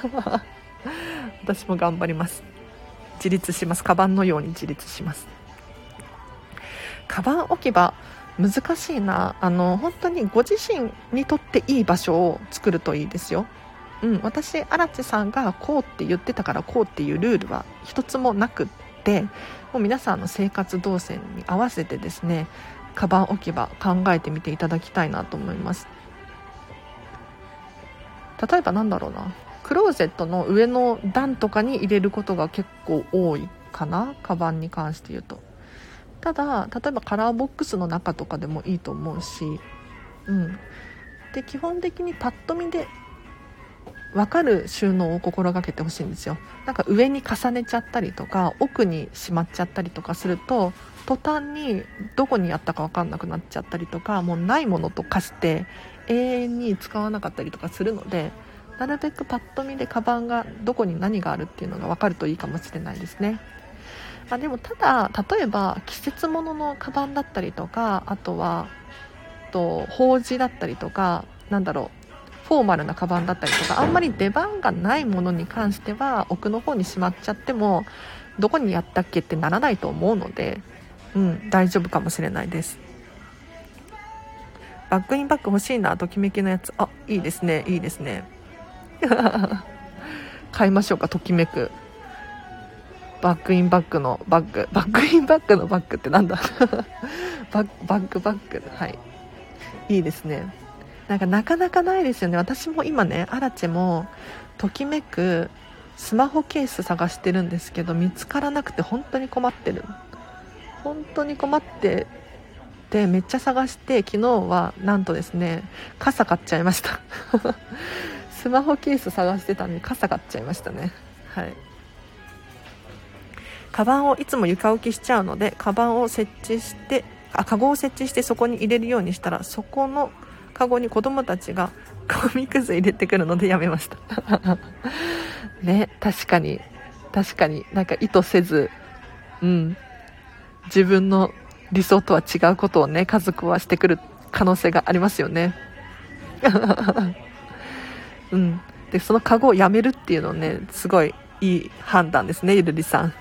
[SPEAKER 1] 私も頑張ります。自立します。カバンのように自立します。カバン置き場難しいな。あの本当にご自身にとっていい場所を作るといいですよ。うん、私荒地さんがこうって言ってたからこうっていうルールは一つもなくって、もう皆さんの生活動線に合わせてですね、カバン置き場考えてみていただきたいなと思います。例えばなんだろうな、クローゼットの上の段とかに入れることが結構多いかな、カバンに関して言うと。ただ例えばカラーボックスの中とかでもいいと思うし、うん、で基本的にパッと見で分かる収納を心がけてほしいんですよ。なんか上に重ねちゃったりとか奥にしまっちゃったりとかすると途端にどこにやったか分かんなくなっちゃったりとか、もうないものと化して永遠に使わなかったりとかするので、なるべくパッと見でカバンがどこに何があるっていうのが分かるといいかもしれないですね。まあ、でもただ例えば季節物のカバンだったりとか、あとはと法事だったりとか、なんだろうフォーマルなカバンだったりとか、あんまり出番がないものに関しては奥の方にしまっちゃってもどこにやったっけってならないと思うので、うん、大丈夫かもしれないです。バッグインバッグ欲しいな、ときめきのやつ。あ、いいですねいいですね買いましょうか、ときめくバッグインバッグのバッグバッグインバッグのバッグってなんだバッバッグバッグ、はい、いいですね。なんかなかなかないですよね。私も今ね、アラチェもときめくスマホケース探してるんですけど、見つからなくて本当に困ってる本当に困ってて、めっちゃ探して、昨日はなんとですね傘買っちゃいましたスマホケース探してたんで傘買っちゃいましたね。はい、カバンをいつも床置きしちゃうので、カバンを設置してあカゴを設置してそこに入れるようにしたら、そこのカゴに子供たちがゴミくず入れてくるのでやめましたね、確かに確かになんか意図せず、うん自分の理想とは違うことをね、家族はしてくる可能性がありますよねうんでそのカゴをやめるっていうのね、すごいいい判断ですね、ゆるりさん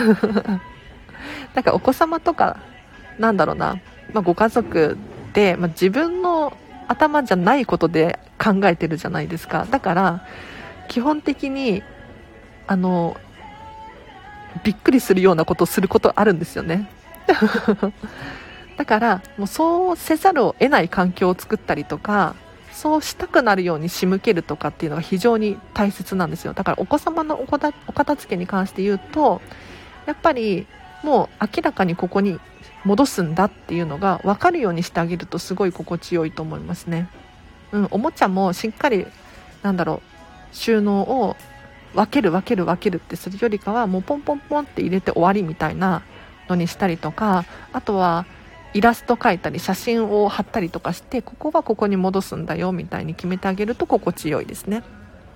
[SPEAKER 1] なんかお子様とかなんだろうな、まあ、ご家族で、まあ、自分の頭じゃないことで考えてるじゃないですか。だから基本的にあのびっくりするようなことをすることあるんですよねだからもうそうせざるを得ない環境を作ったりとか、そうしたくなるように仕向けるとかっていうのが非常に大切なんですよ。だからお子様のおこたお片付けに関して言うと、やっぱりもう明らかにここに戻すんだっていうのが分かるようにしてあげるとすごい心地よいと思いますね。うん、おもちゃもしっかりなんだろう収納を分ける分ける分けるってするよりかは、もうポンポンポンって入れて終わりみたいなのにしたりとか、あとはイラスト描いたり写真を貼ったりとかして、ここはここに戻すんだよみたいに決めてあげると心地よいですね。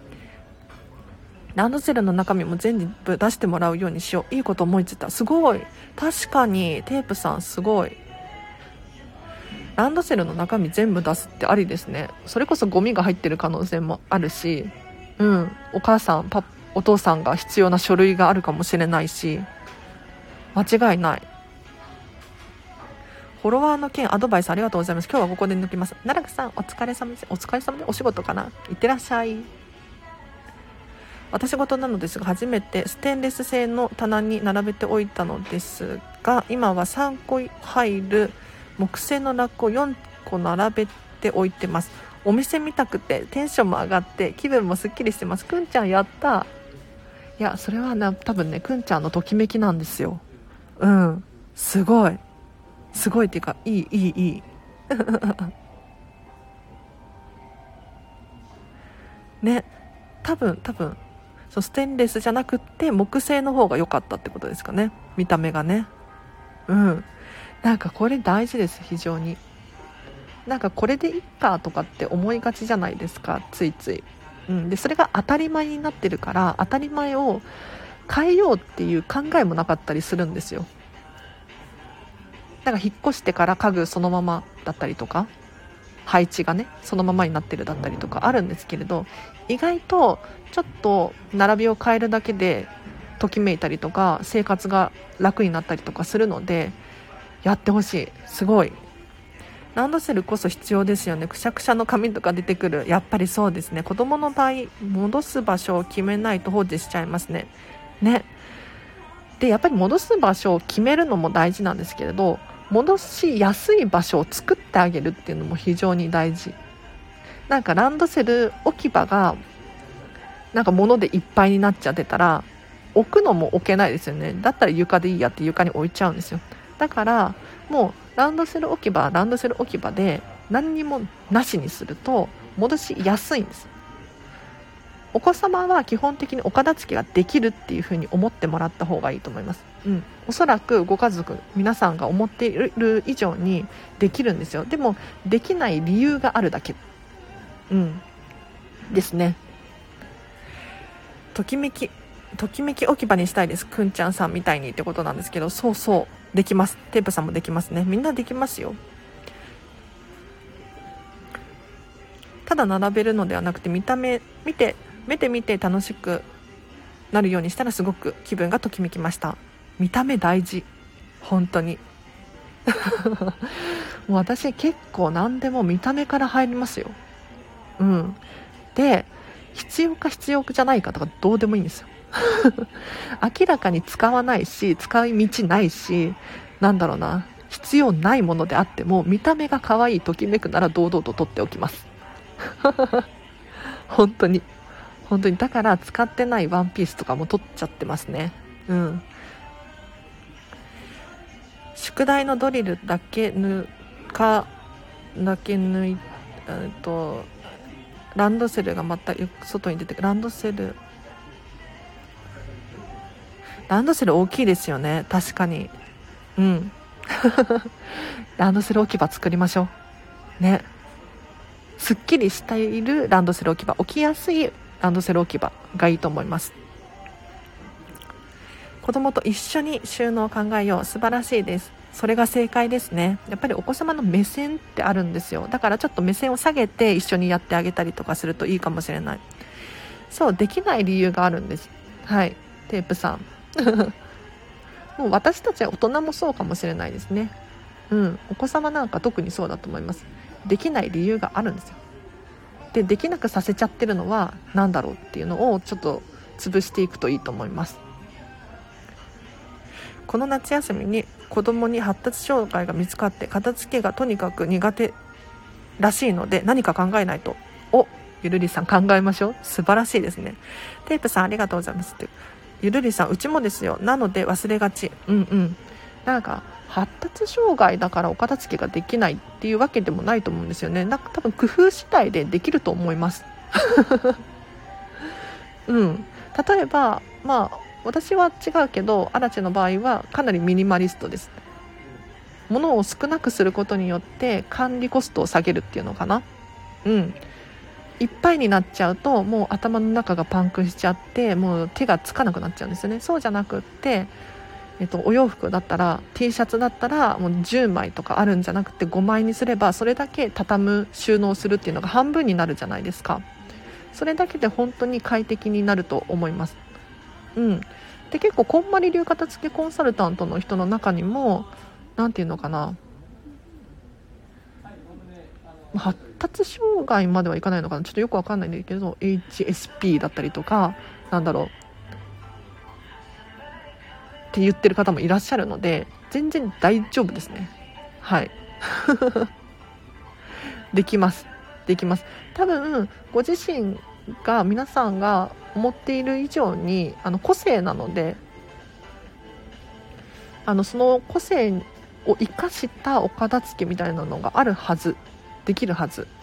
[SPEAKER 1] ランドセルの中身も全部出してもらうようにしよう。いいこと思いついた。すごい。確かにテープさんすごい。ランドセルの中身全部出すってありですね。それこそゴミが入ってる可能性もあるし、うん、お母さんパお父さんが必要な書類があるかもしれないし、間違いない。フォロワーの件アドバイスありがとうございます。今日はここで抜きます。奈良さんお疲れ様です。お疲れ様でお仕事かな、いってらっしゃい。私事なのですが、初めてステンレス製の棚に並べておいたのですが、今はさんこ入る木製のラックをよんこ並べておいてます。お店見たくてテンションも上がって気分もすっきりしてます。くんちゃんやった。いや、それはな多分ね、くんちゃんのときめきなんですよ。うん、すごいすごいっていうか、いいいいいいね、多分多分そうステンレスじゃなくって木製の方が良かったってことですかね、見た目がね。うん、なんかこれ大事です、非常に。なんかこれでいいかとかって思いがちじゃないですか、ついつい。うん、でそれが当たり前になってるから、当たり前を変えようっていう考えもなかったりするんですよ。なんか引っ越してから家具そのままだったりとか、配置がねそのままになってるだったりとかあるんですけれど、意外とちょっと並びを変えるだけでときめいたりとか生活が楽になったりとかするので、やってほしい。すごい。ランドセルこそ必要ですよね。くしゃくしゃの紙とか出てくる。やっぱりそうですね。子供の場合戻す場所を決めないと放置しちゃいますね。ね。でやっぱり戻す場所を決めるのも大事なんですけれど、戻しやすい場所を作ってあげるっていうのも非常に大事。なんかランドセル置き場がなんか物でいっぱいになっちゃってたら置くのも置けないですよね。だったら床でいいやって床に置いちゃうんですよ。だからもうランドセル置き場はランドセル置き場で何にもなしにすると戻しやすいんです。 お子様は基本的にお片付けができるっていう風に思ってもらった方がいいと思います、うん、おそらくご家族皆さんが思っている以上にできるんですよ。でもできない理由があるだけ、うん、ですね。ときめきときめき置き場にしたいです、くんちゃんさんみたいにってことなんですけど、そうそうできます。テープさんもできますね。みんなできますよ。ただ並べるのではなくて、見た目見て目で見て楽しくなるようにしたらすごく気分がときめきました。見た目大事、本当にもう私結構何でも見た目から入りますよ。うんで、必要か必要じゃないかとかどうでもいいんですよ明らかに使わないし使い道ないし、なんだろうな、必要ないものであっても見た目が可愛いときめくなら堂々と取っておきます本当に本当に。だから使ってないワンピースとかも取っちゃってますね。うん宿題のドリルだけ抜かだけ抜いえっとランドセルがまた外に出てくる。ランドセルランドセル大きいですよね、確かに。うんランドセル置き場作りましょうね。すっきりしているランドセル置き場、置きやすいランドセル置き場がいいと思います。子供と一緒に収納を考えよう、素晴らしいです。それが正解ですね。やっぱりお子様の目線ってあるんですよ。だからちょっと目線を下げて一緒にやってあげたりとかするといいかもしれない。そうできない理由があるんです。はい、テープさんもう私たちは大人もそうかもしれないですね。うん、お子様なんか特にそうだと思います。できない理由があるんですよ。でできなくさせちゃってるのは何だろうっていうのをちょっと潰していくといいと思います。この夏休みに子供に発達障害が見つかって片付けがとにかく苦手らしいので何か考えないと。お、ゆるりさん考えましょう。素晴らしいですね。テープさんありがとうございますって。ゆるりさんうちもですよ。なので忘れがち。うんうんなんか発達障害だからお片付けができないっていうわけでもないと思うんですよね。なんか多分工夫次第でできると思いますうん例えばまあ私は違うけど、アラチェの場合はかなりミニマリストです。物を少なくすることによって管理コストを下げるっていうのかな。うんいっぱいになっちゃうともう頭の中がパンクしちゃってもう手がつかなくなっちゃうんですよね。そうじゃなくって、えっと、お洋服だったら T シャツだったらもうじゅうまいとかあるんじゃなくてごまいにすればそれだけ畳む収納するっていうのが半分になるじゃないですか。それだけで本当に快適になると思います。うん、で結構こんまり流片付けコンサルタントの人の中にもなんていうのかな、発達障害まではいかないのかな、ちょっとよくわかんないんだけど エイチエスピー だったりとかなんだろうって言ってる方もいらっしゃるので全然大丈夫ですね。はいできますできます。多分ご自身が皆さんが思っている以上にあの個性なので、あのその個性を生かしたお片付けみたいなのがあるはず、できるはず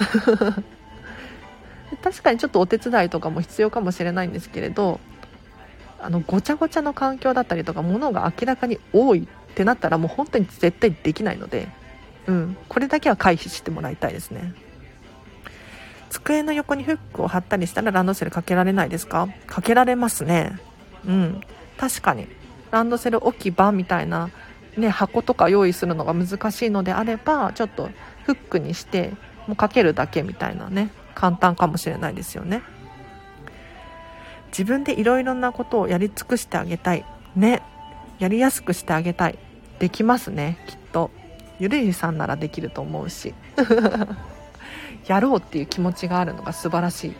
[SPEAKER 1] 確かにちょっとお手伝いとかも必要かもしれないんですけれど、あのごちゃごちゃの環境だったりとか物が明らかに多いってなったらもう本当に絶対できないので、うん、これだけは回避してもらいたいですね。机の横にフックを貼ったりしたらランドセルかけられないですか？かけられますね。うん確かにランドセル置き場みたいな、ね、箱とか用意するのが難しいのであればちょっとフックにしてもうかけるだけみたいなね、簡単かもしれないですよね。自分でいろいろなことをやり尽くしてあげたいね。やりやすくしてあげたい。できますねきっと。ゆるりさんならできると思うしやろうっていう気持ちがあるのが素晴らしい。い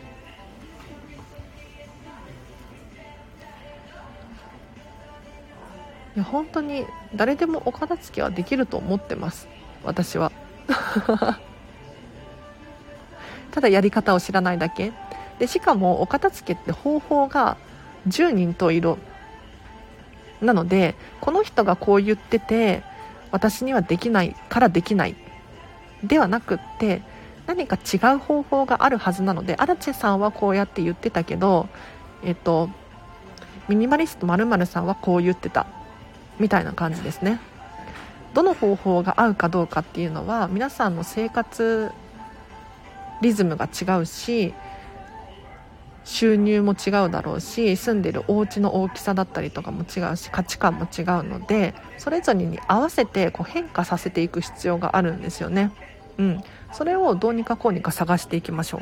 [SPEAKER 1] や本当に誰でもお片付けはできると思ってます私はただやり方を知らないだけで、しかもお片付けって方法がじゅうにんと色なので、この人がこう言ってて私にはできないからできないではなくって、 何か違う方法があるはずなので、アラチェさんはこうやって言ってたけど、えっとミニマリスト〇〇さんはこう言ってたみたいな感じですね。どの方法が合うかどうかっていうのは皆さんの生活リズムが違うし、収入も違うだろうし、住んでるお家の大きさだったりとかも違うし、価値観も違うので、それぞれに合わせてこう変化させていく必要があるんですよね。うん、それをどうにかこうにか探していきましょう。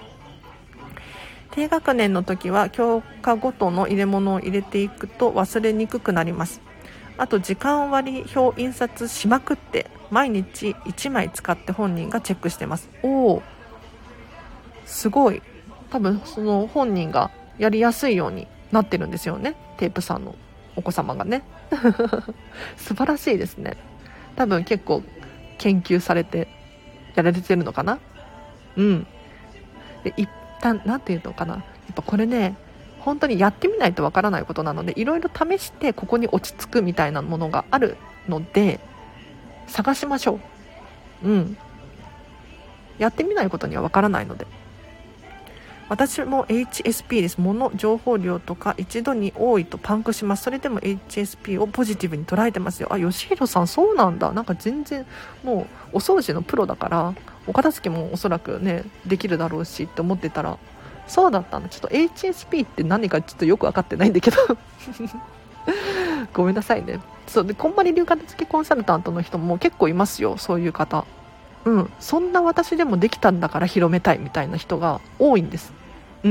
[SPEAKER 1] 低学年の時は教科ごとの入れ物を入れていくと忘れにくくなります。あと時間割表印刷しまくって毎日いちまい使って本人がチェックしてます。おー、すごい。多分その本人がやりやすいようになってるんですよね、テープさんのお子様がね素晴らしいですね。多分結構研究されてやられてるのかな。うんで一旦なんていうのかな、やっぱこれね本当にやってみないとわからないことなので、いろいろ試してここに落ち着くみたいなものがあるので探しましょう。うんやってみないことにはわからないので。私も エイチエスピー です。物情報量とか一度に多いとパンクします。それでも エイチエスピー をポジティブに捉えてますよ。あ、吉弘さんそうなんだ。なんか全然もうお掃除のプロだからお片付けもおそらくねできるだろうしって思ってたらそうだったの。ちょっと エイチエスピー って何かちょっとよく分かってないんだけどごめんなさいね。そうでこんまり流片付けコンサルタントの人も結構いますよ、そういう方。うん、そんな私でもできたんだから広めたいみたいな人が多いんです。うん。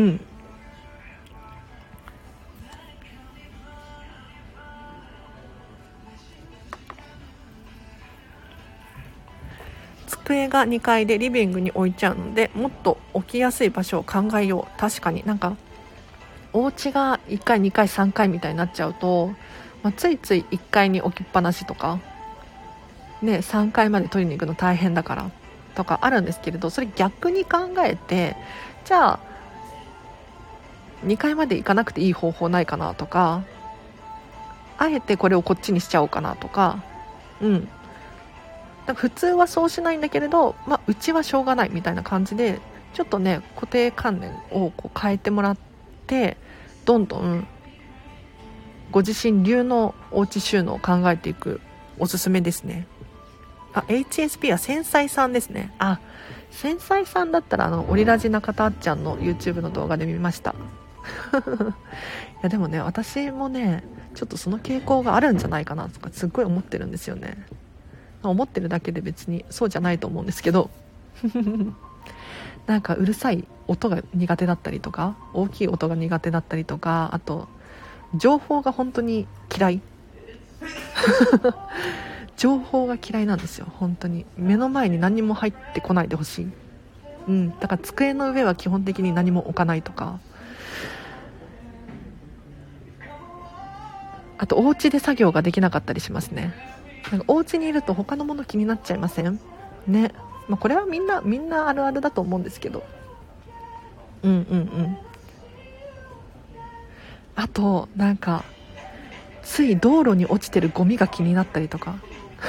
[SPEAKER 1] 机がにかいでリビングに置いちゃうので、もっと置きやすい場所を考えよう。確かになんかお家がいっかいにかいさんかいみたいになっちゃうと、まあ、ついついいっかいに置きっぱなしとかね、さんかいまで取りに行くの大変だからとかあるんですけれど、それ逆に考えて、じゃあにかいまで行かなくていい方法ないかなとか、あえてこれをこっちにしちゃおうかなとか、うん、だから普通はそうしないんだけれど、まあ、うちはしょうがないみたいな感じでちょっとね固定観念をこう変えてもらって、どんどんご自身流のおうち収納を考えていくおすすめですね。あ、エイチエスピー は繊細さんですね。あ、繊細さんだったらあのオリラジ中田あっちゃんの YouTube の動画で見ましたいやでもね、私もねちょっとその傾向があるんじゃないかなとかすっごい思ってるんですよね。思ってるだけで別にそうじゃないと思うんですけどなんかうるさい音が苦手だったりとか、大きい音が苦手だったりとか、あと情報が本当に嫌い情報が嫌いなんですよ。本当に目の前に何も入ってこないでほしい。うん、だから机の上は基本的に何も置かないとか、あとお家で作業ができなかったりしますね。なんかお家にいると他のもの気になっちゃいませんね。まあ、これはみんなみんなあるあるだと思うんですけど、うんうんうん。あとなんかつい道路に落ちてるゴミが気になったりとか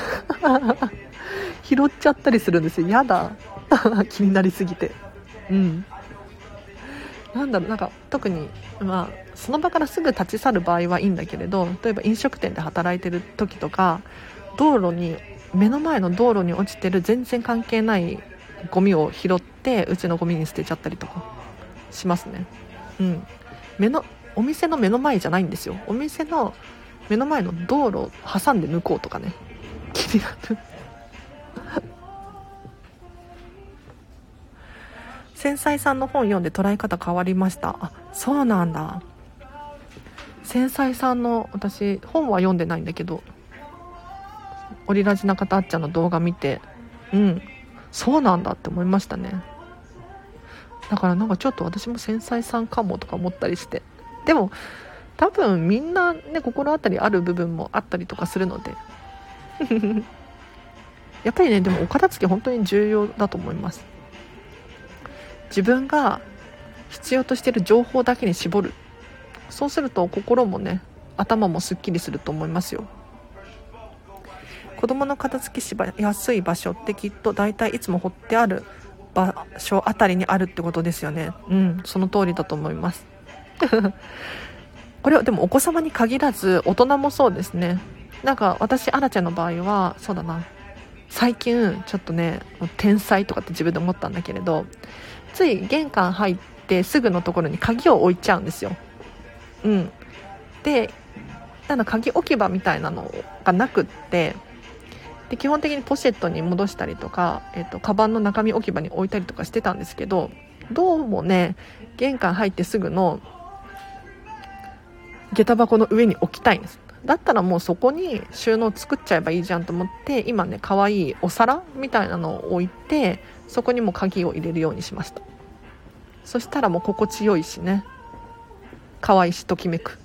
[SPEAKER 1] 拾っちゃったりするんですよ。やだ気になりすぎて。うんなんだろう、なんか特に、まあ、その場からすぐ立ち去る場合はいいんだけれど、例えば飲食店で働いてる時とか、道路に目の前の道路に落ちてる全然関係ないゴミを拾ってうちのゴミに捨てちゃったりとかしますね。うん、目のお店の目の前じゃないんですよ。お店の目の前の道路を挟んで向こうとかね、気になる繊細さんの本読んで捉え方変わりました。あ、そうなんだ。繊細さんの私本は読んでないんだけど、オリラジ中田あっちゃんの動画見て、うんそうなんだって思いましたね。だからなんかちょっと私も繊細さんかもとか思ったりして、でも多分みんなね心当たりある部分もあったりとかするのでやっぱりね、でもお片付け本当に重要だと思います。自分が必要としている情報だけに絞る。そうすると心もね頭もすっきりすると思いますよ。子供の片付けしやすい場所ってきっと大体いつも掘ってある場所あたりにあるってことですよね。うん、その通りだと思いますこれはでもお子様に限らず大人もそうですね。なんか私アラちゃんの場合はそうだな、最近ちょっとね天才とかって自分で思ったんだけれど、つい玄関入ってすぐのところに鍵を置いちゃうんですよ。うんで、ただ鍵置き場みたいなのがなくって、で基本的にポシェットに戻したりとか、えっと、カバンの中身置き場に置いたりとかしてたんですけど、どうもね玄関入ってすぐの下駄箱の上に置きたいんです。だったらもうそこに収納作っちゃえばいいじゃんと思って、今ね可愛いお皿みたいなのを置いて、そこにも鍵を入れるようにしました。そしたらもう心地よいしね、可愛いしときめく。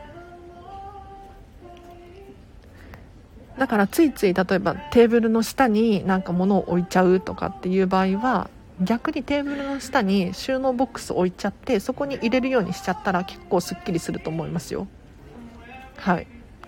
[SPEAKER 1] だからついつい例えばテーブルの下になんか物を置いちゃうとかっていう場合は、逆にテーブルの下に収納ボックス置いちゃって、そこに入れるようにしちゃったら結構すっきりすると思いますよ。はい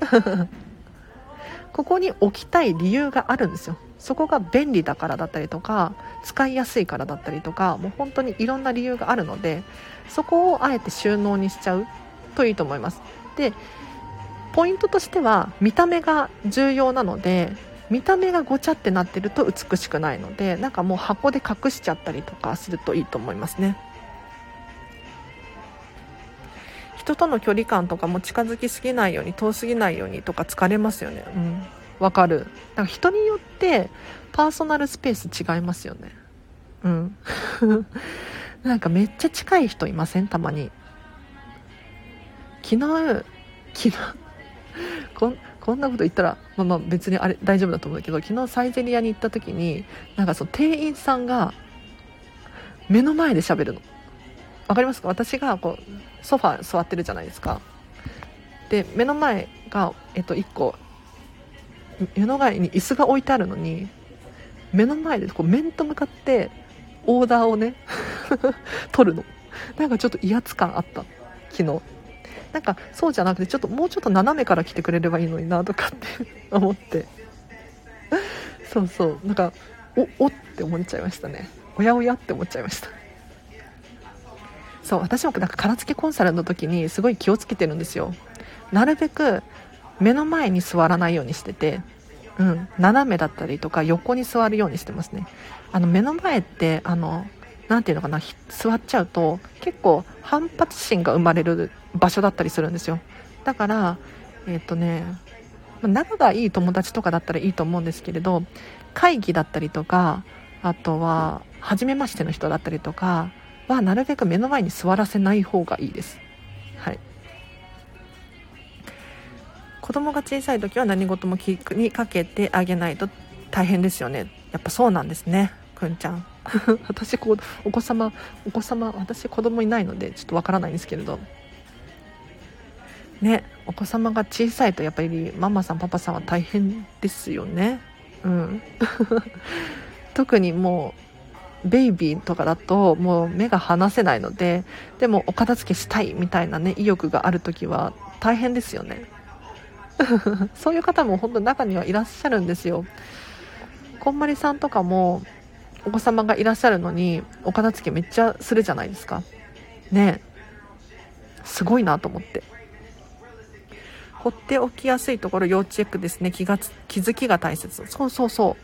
[SPEAKER 1] ここに置きたい理由があるんですよ。そこが便利だからだったりとか、使いやすいからだったりとか、もう本当にいろんな理由があるので、そこをあえて収納にしちゃうといいと思います。でポイントとしては見た目が重要なので、見た目がごちゃってなってると美しくないので、なんかもう箱で隠しちゃったりとかするといいと思いますね。人との距離感とかも近づきすぎないように遠すぎないようにとか疲れますよね。うん、わかる。なんか人によってパーソナルスペース違いますよね。うんなんかめっちゃ近い人いません？たまに。昨日昨日こんこんなこと言ったら、まあ、まあ別にあれ大丈夫だと思うんだけど、昨日サイゼリアに行った時に、なんかその店員さんが目の前で喋るの。わかりますか？私がこうソファー座ってるじゃないですか。で目の前が、えっと、いっこ目の前に椅子が置いてあるのに、目の前でこう面と向かってオーダーをね取るの。なんかちょっと威圧感あった、昨日。なんかそうじゃなくて、ちょっともうちょっと斜めから来てくれればいいのになとかって思ってそうそう、なんかおおって思っちゃいましたね。おやおやって思っちゃいました。そう、私もなんか殻付けコンサルの時にすごい気をつけてるんですよ。なるべく目の前に座らないようにしてて、うん、斜めだったりとか横に座るようにしてますね。あの目の前ってあのなんていうのかな、座っちゃうと結構反発心が生まれる場所だったりするんですよ。だからえっとね仲がいい友達とかだったらいいと思うんですけれど、会議だったりとか、あとは初めましての人だったりとかはなるべく目の前に座らせない方がいいです。はい。子供が小さい時は何事も気にかけてあげないと大変ですよね。やっぱそうなんですね、くんちゃん私こうお子様お子様私子供いないのでちょっとわからないんですけれどね、お子様が小さいとやっぱりママさんパパさんは大変ですよね。うん特にもうベイビーとかだともう目が離せないので、でもお片付けしたいみたいなね意欲がある時は大変ですよねそういう方も本当に中にはいらっしゃるんですよ。こんまりさんとかもお子様がいらっしゃるのにお片付けめっちゃするじゃないですかね。すごいなと思って。放っておきやすいところ要チェックですね。気がつ気づきが大切。そうそうそう、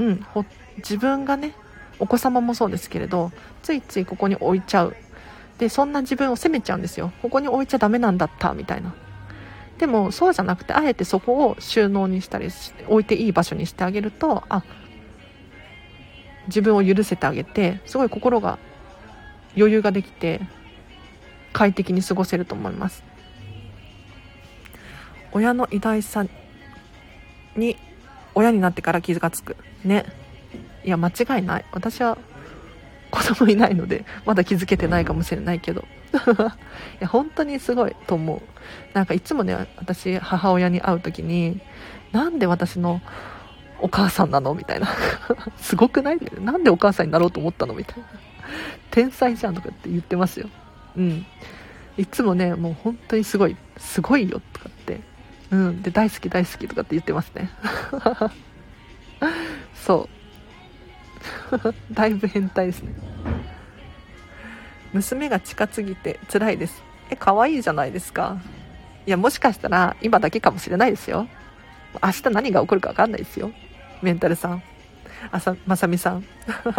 [SPEAKER 1] うん、ほ自分がね、お子様もそうですけれど、ついついここに置いちゃう。でそんな自分を責めちゃうんですよ。ここに置いちゃダメなんだったみたいな。でもそうじゃなくて、あえてそこを収納にしたり置いていい場所にしてあげると、あ、自分を許せてあげて、すごい心が余裕ができて快適に過ごせると思います。親の偉大さに親になってから傷がつくね。いや間違いない。私は子供いないのでまだ気づけてないかもしれないけどいや本当にすごいと思う。なんかいつもね、私母親に会う時に、なんで私のお母さんなのみたいなすごくない？なんでお母さんになろうと思ったのみたいな、天才じゃんとかって言ってますよ。うん、いつもね、もう本当にすごいすごいよとかって、うん、で大好き大好きとかって言ってますねそうだいぶ変態ですね。娘が近すぎて辛いです。え、可愛いじゃないですか。いや、もしかしたら今だけかもしれないですよ。明日何が起こるか分かんないですよ、メンタルさん、あさまさみさん。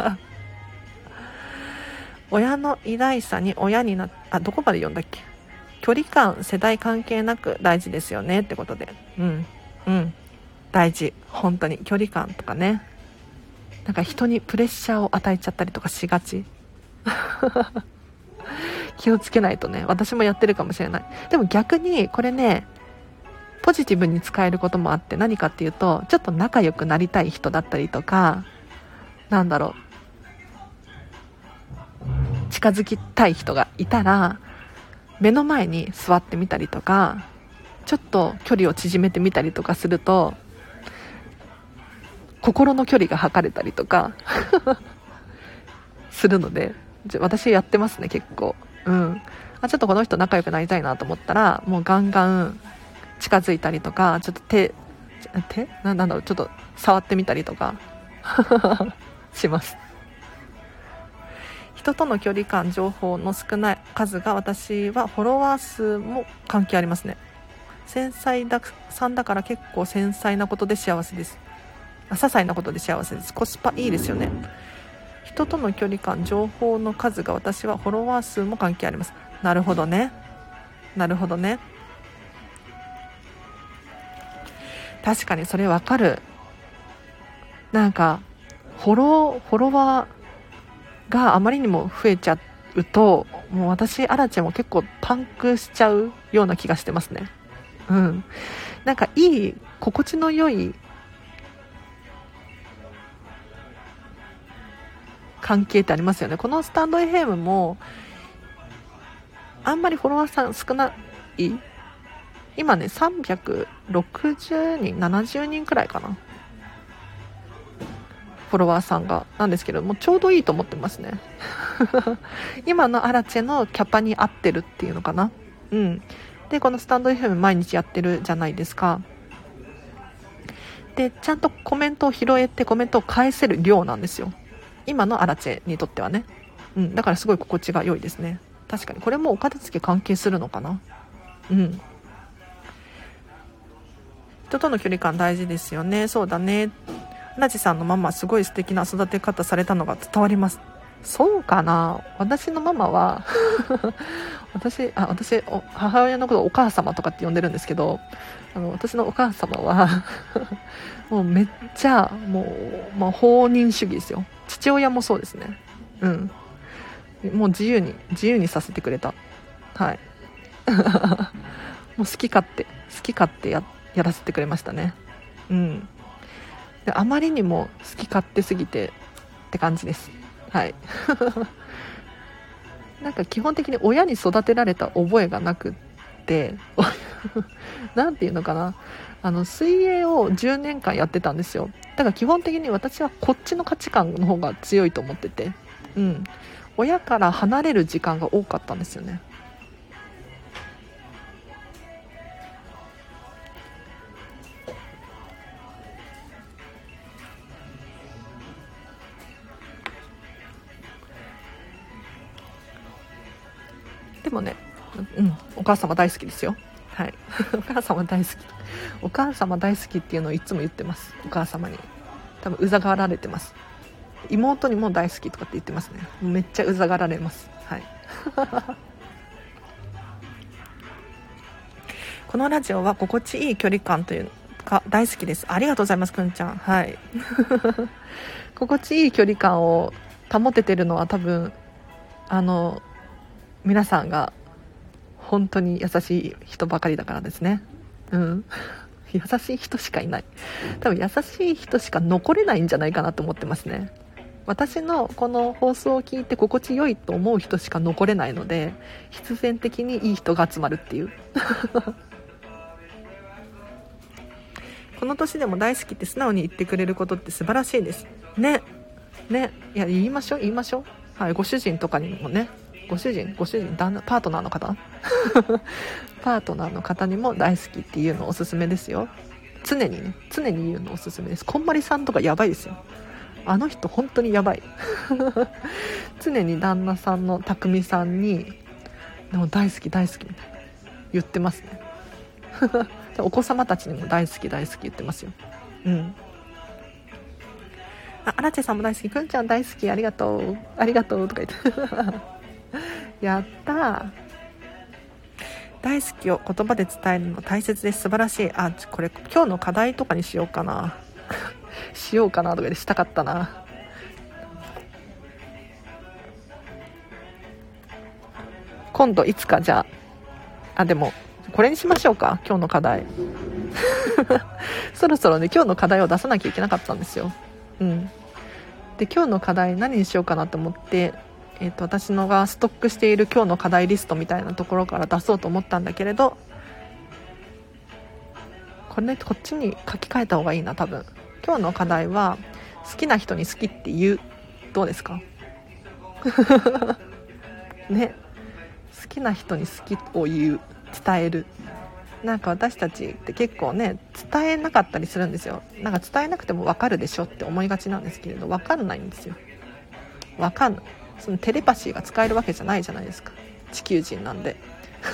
[SPEAKER 1] 親の偉大さに親になっあどこまで読んだっけ。距離感、世代関係なく大事ですよねってことで、うんうん大事、本当に距離感とかね。なんか人にプレッシャーを与えちゃったりとかしがち。気をつけないとね。私もやってるかもしれない。でも逆にこれね、ポジティブに使えることもあって、何かっていうと、ちょっと仲良くなりたい人だったりとか、なんだろう、近づきたい人がいたら目の前に座ってみたりとか、ちょっと距離を縮めてみたりとかすると、心の距離が測れたりとかするので、私やってますね、結構。うんあちょっとこの人仲良くなりたいなと思ったら、もうガンガン近づいたりとか、ちょっと手手ななんだろうちょっと触ってみたりとかします。人との距離感、情報の少ない数が、私はフォロワー数も関係ありますね。繊細ださんだから結構繊細なことで幸せです。あ些細なことで幸せです。コスパいいですよね。人との距離感、情報の数が、私はフォロワー数も関係あります。なるほどねなるほどね確かにそれわかる。なんかフォローフォロワーがあまりにも増えちゃうと、もう私アラチェも結構パンクしちゃうような気がしてますね。うんなんかいい心地の良い関係ってありますよね。このスタンド エフエム もあんまりフォロワーさん少ない、今ねさんびゃくろくじゅうにんななじゅうにんくらいかな、フォロワーさんがなんですけども、ちょうどいいと思ってますね。今のアラチェのキャパに合ってるっていうのかな。うんでこのスタンド エフエム 毎日やってるじゃないですか。でちゃんとコメントを拾えてコメントを返せる量なんですよ、今のアラチェにとってはね。うんだからすごい心地が良いですね。確かにこれもお片付け関係するのかな。うん人との距離感大事ですよね。そうだね。なじさんのママすごい素敵な育て方されたのが伝わります。そうかな。私のママは私あ私母親のことをお母様とかって呼んでるんですけど、あの私のお母様はもうめっちゃもう、まあ、放任主義ですよ。父親もそうですね。うんもう自由に自由にさせてくれた。はいもう好き勝手好き勝手 や, やらせてくれましたね。うんであまりにも好き勝手すぎてって感じです。はいなんか基本的に親に育てられた覚えがなくってなんていうのかな、あの水泳をじゅうねんかんやってたんですよ。だから基本的に私はこっちの価値観の方が強いと思ってて、うん親から離れる時間が多かったんですよね。でもね、うん、お母様大好きですよ。はいお母様大好きお母様大好きっていうのをいつも言ってます。お母様に多分うざがられてます。妹にも大好きとかって言ってますね。めっちゃうざがられます。はいこのラジオは心地いい距離感というか大好きです。ありがとうございます、くんちゃん。はい心地いい距離感を保ててるのは多分あの皆さんが本当に優しい人ばかりだからですね。うん優しい人しかいない。多分優しい人しか残れないんじゃないかなと思ってますね。私のこの放送を聞いて心地よいと思う人しか残れないので、必然的にいい人が集まるっていうこの年でも大好きって素直に言ってくれることって素晴らしいですね。ねいや言いましょう言いましょう。はい、ご主人とかにもね、ご主人ご主人旦那パートナーの方パートナーの方にも大好きっていうのおすすめですよ。常にね常に言うのおすすめです。こんまりさんとかやばいですよ。 あの人本当にやばい常に旦那さんの匠さんにでも大好き大好きみたいな言ってますねお子様たちにも大好き大好き言ってますよ。うんあ、アラチェさんも大好き、くんちゃん大好き、ありがとうありがとうとか言ってやったー。大好きを言葉で伝えるの大切です、素晴らしい。あ、これ今日の課題とかにしようかなしようかなとかでしたかったな。今度いつかじゃああでもこれにしましょうか、今日の課題そろそろね今日の課題を出さなきゃいけなかったんですよ。うんで今日の課題何にしようかなと思って、えーと、私のがストックしている今日の課題リストみたいなところから出そうと思ったんだけれど、これねこっちに書き換えた方がいいな。多分今日の課題は好きな人に好きって言う。どうですかね、好きな人に好きを言う、伝える。なんか私たちって結構ね伝えなかったりするんですよ。なんか伝えなくても分かるでしょって思いがちなんですけれど、分かんないんですよ。分かんない。そのテレパシーが使えるわけじゃないじゃないですか、地球人なんで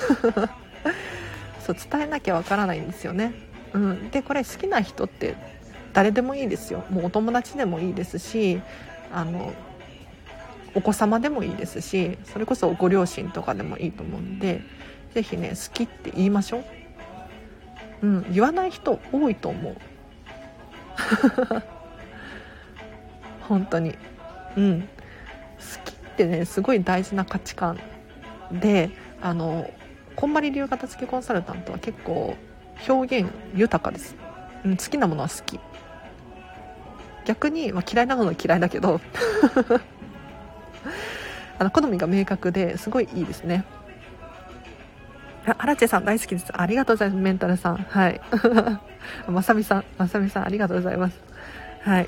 [SPEAKER 1] そう伝えなきゃ分からないんですよね。うん、でこれ好きな人って誰でもいいですよ。もうお友達でもいいですし、あのお子様でもいいですし、それこそご両親とかでもいいと思うんで、ぜひね好きって言いましょう。うん、言わない人多いと思う本当に。うん好きってねすごい大事な価値観で、あのこんまり流片付けコンサルタントは結構表現豊かです。うん、好きなものは好き。逆に、まあ、嫌いなものは嫌いだけどあの好みが明確ですごいいいですね。あ、アラチェさん大好きです。ありがとうございます。メンタルさん、はいまさみさんまさみさんありがとうございます。はい、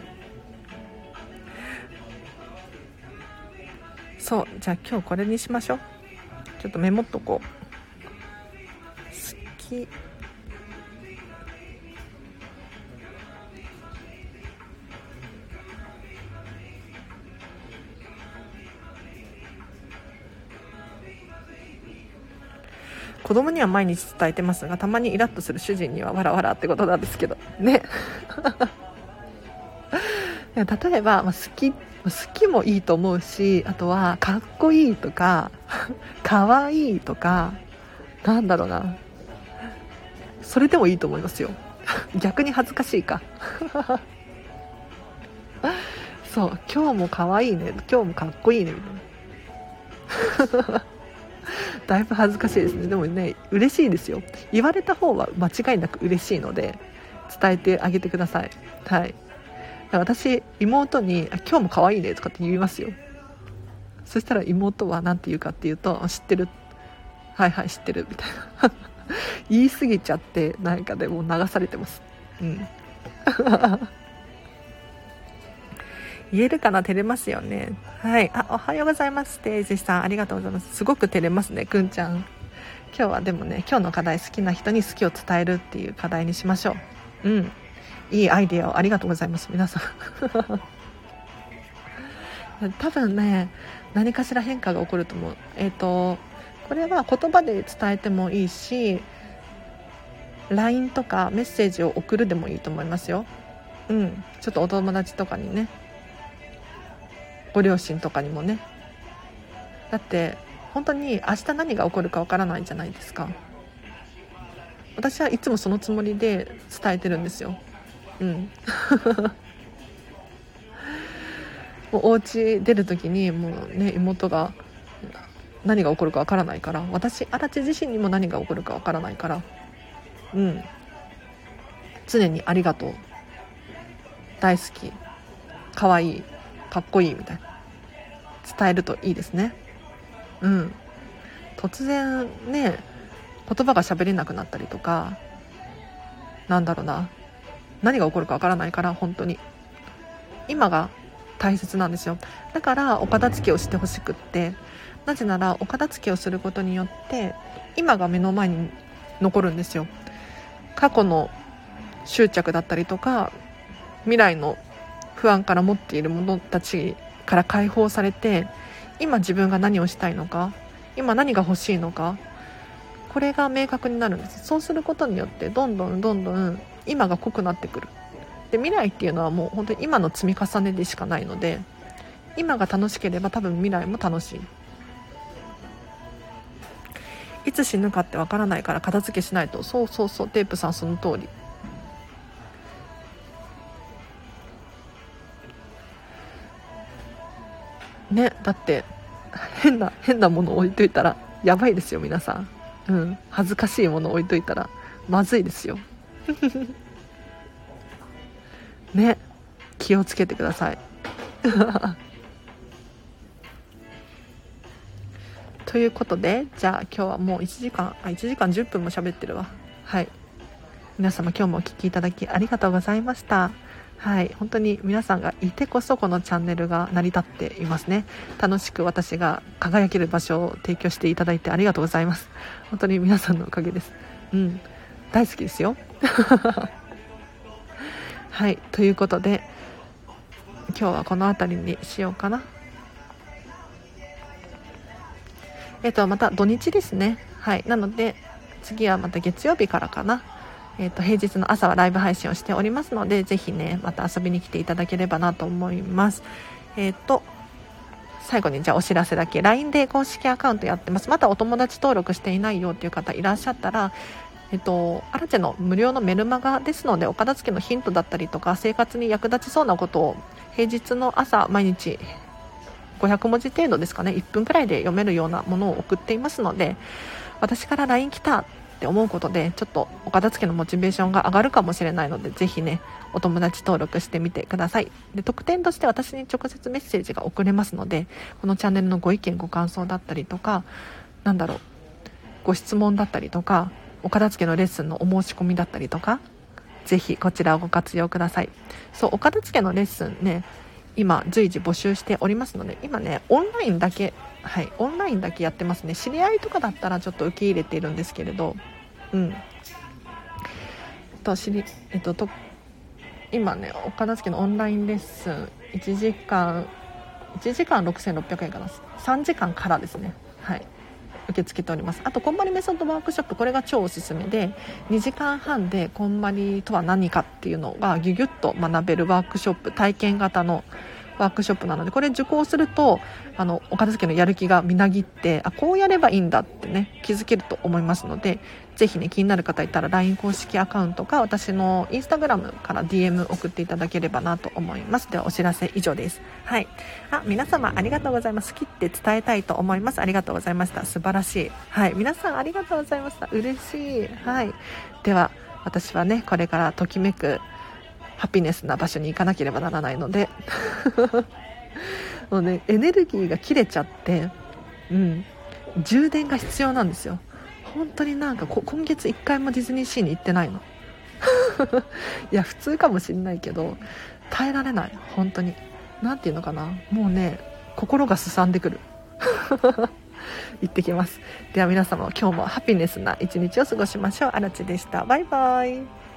[SPEAKER 1] そうじゃあ今日これにしましょう。ちょっとメモっとこう。好き子供には毎日伝えてますが、たまにイラッとする主人にはわらわらってことなんですけどね例えば、まあ、好き好きもいいと思うし、あとはかっこいいとかかわいいとか、なんだろうな、それでもいいと思いますよ逆に恥ずかしいかそう今日もかわいいね、今日もかっこいいねみたいなだいぶ恥ずかしいですね。でもね嬉しいですよ。言われた方は間違いなく嬉しいので伝えてあげてください。はい、私妹に今日も可愛いねとかって言いますよ。そしたら妹は何て言うかっていうと、知ってる、はいはい知ってるみたいな言い過ぎちゃってなんかでも流されてます。うん言えるかな、照れますよね。はい、あ、おはようございます。ステージさんありがとうございます。すごく照れますね、くんちゃん。今日はでもね、今日の課題、好きな人に好きを伝えるっていう課題にしましょう。うん、いいアイデアをありがとうございます皆さん多分ね何かしら変化が起こると思う。えっとこれは言葉で伝えてもいいし ライン とかメッセージを送るでもいいと思いますよ。うん、ちょっとお友達とかにね、ご両親とかにもね。だって本当に明日何が起こるかわからないじゃないですか。私はいつもそのつもりで伝えてるんですよ。うんもうお家出る時にもうね、妹が何が起こるかわからないから、私荒地自身にも何が起こるかわからないから、うん常にありがとう、大好き、かわいい、かっこいいみたいな伝えるといいですね。うん突然ね言葉が喋れなくなったりとか、なんだろうな、何が起こるかわからないから、本当に今が大切なんですよ。だからお片付けをしてほしくって、なぜならお片付けをすることによって今が目の前に残るんですよ。過去の執着だったりとか未来の不安から持っているものたちから解放されて、今自分が何をしたいのか、今何が欲しいのか、これが明確になるんです。そうすることによってどんどんどんどん今が濃くなってくる。で未来っていうのはもう本当に今の積み重ねでしかないので、今が楽しければ多分未来も楽しい。いつ死ぬかってわからないから片付けしないと。そうそうそう、テープさんその通りね。だって変な変なもの置いといたらやばいですよ皆さん。うん、恥ずかしいもの置いといたらまずいですよね、気をつけてくださいということで、じゃあ今日はもういちじかんあいちじかんじゅっぷんも喋ってるわ。はい、皆様今日もお聞きいただきありがとうございました。はい、本当に皆さんがいてこそこのチャンネルが成り立っていますね。楽しく私が輝ける場所を提供していただいてありがとうございます。本当に皆さんのおかげです。うん、大好きですよはい、ということで今日はこの辺りにしようかな。えっとまた土日ですね。はい、なので次はまた月曜日からかな。えっと平日の朝はライブ配信をしておりますので、ぜひねまた遊びに来ていただければなと思います。えっと最後にじゃあお知らせだけ、 ライン で公式アカウントやってます。またお友達登録していないよっていう方いらっしゃったら、えっと、アラチェの無料のメルマガですので、お片付けのヒントだったりとか生活に役立ちそうなことを平日の朝毎日ごひゃくもじ程度ですかね、いっぷんくらいで読めるようなものを送っていますので、私から ライン 来たって思うことでちょっとお片付けのモチベーションが上がるかもしれないので、ぜひねお友達登録してみてください。で特典として私に直接メッセージが送れますので、このチャンネルのご意見ご感想だったりとか、なんだろうご質問だったりとか、お片付けのレッスンのお申し込みだったりとか、ぜひこちらをご活用ください。そう、お片付けのレッスンね今随時募集しておりますので、今ねオンラインだけ、はいオンラインだけやってますね。知り合いとかだったらちょっと受け入れているんですけれど、うんと知りえっとと今ねお片付けのオンラインレッスンいちじかんいちじかんろくせんろっぴゃくえんかな、さんじかんからですね。はい、受け付けております。あとこんまりメソッドワークショップ、これが超おすすめで、にじかんはんでこんまりとは何かっていうのがギュギュッと学べるワークショップ、体験型のワークショップなので、これ受講するとあのお片付けのやる気がみなぎって、あこうやればいいんだってね気づけると思いますので、ぜひね気になる方いたら ライン 公式アカウントか私のインスタグラムから ディーエム 送っていただければなと思います。ではお知らせ以上です。はい、あ皆様ありがとうございます。好きって伝えたいと思います。ありがとうございました。素晴らしい。はい、皆さんありがとうございました。嬉しい。はい、では私はねこれからときめくハピネスな場所に行かなければならないのでもうねエネルギーが切れちゃって、うん、充電が必要なんですよ。本当になんかこ今月いっかいもディズニーシーに行ってないのいや普通かもしれないけど耐えられない。本当になんていうのかな、もうね心がすさんでくる行ってきます。では皆様今日もハピネスな一日を過ごしましょう。あらちでした。バイバイ。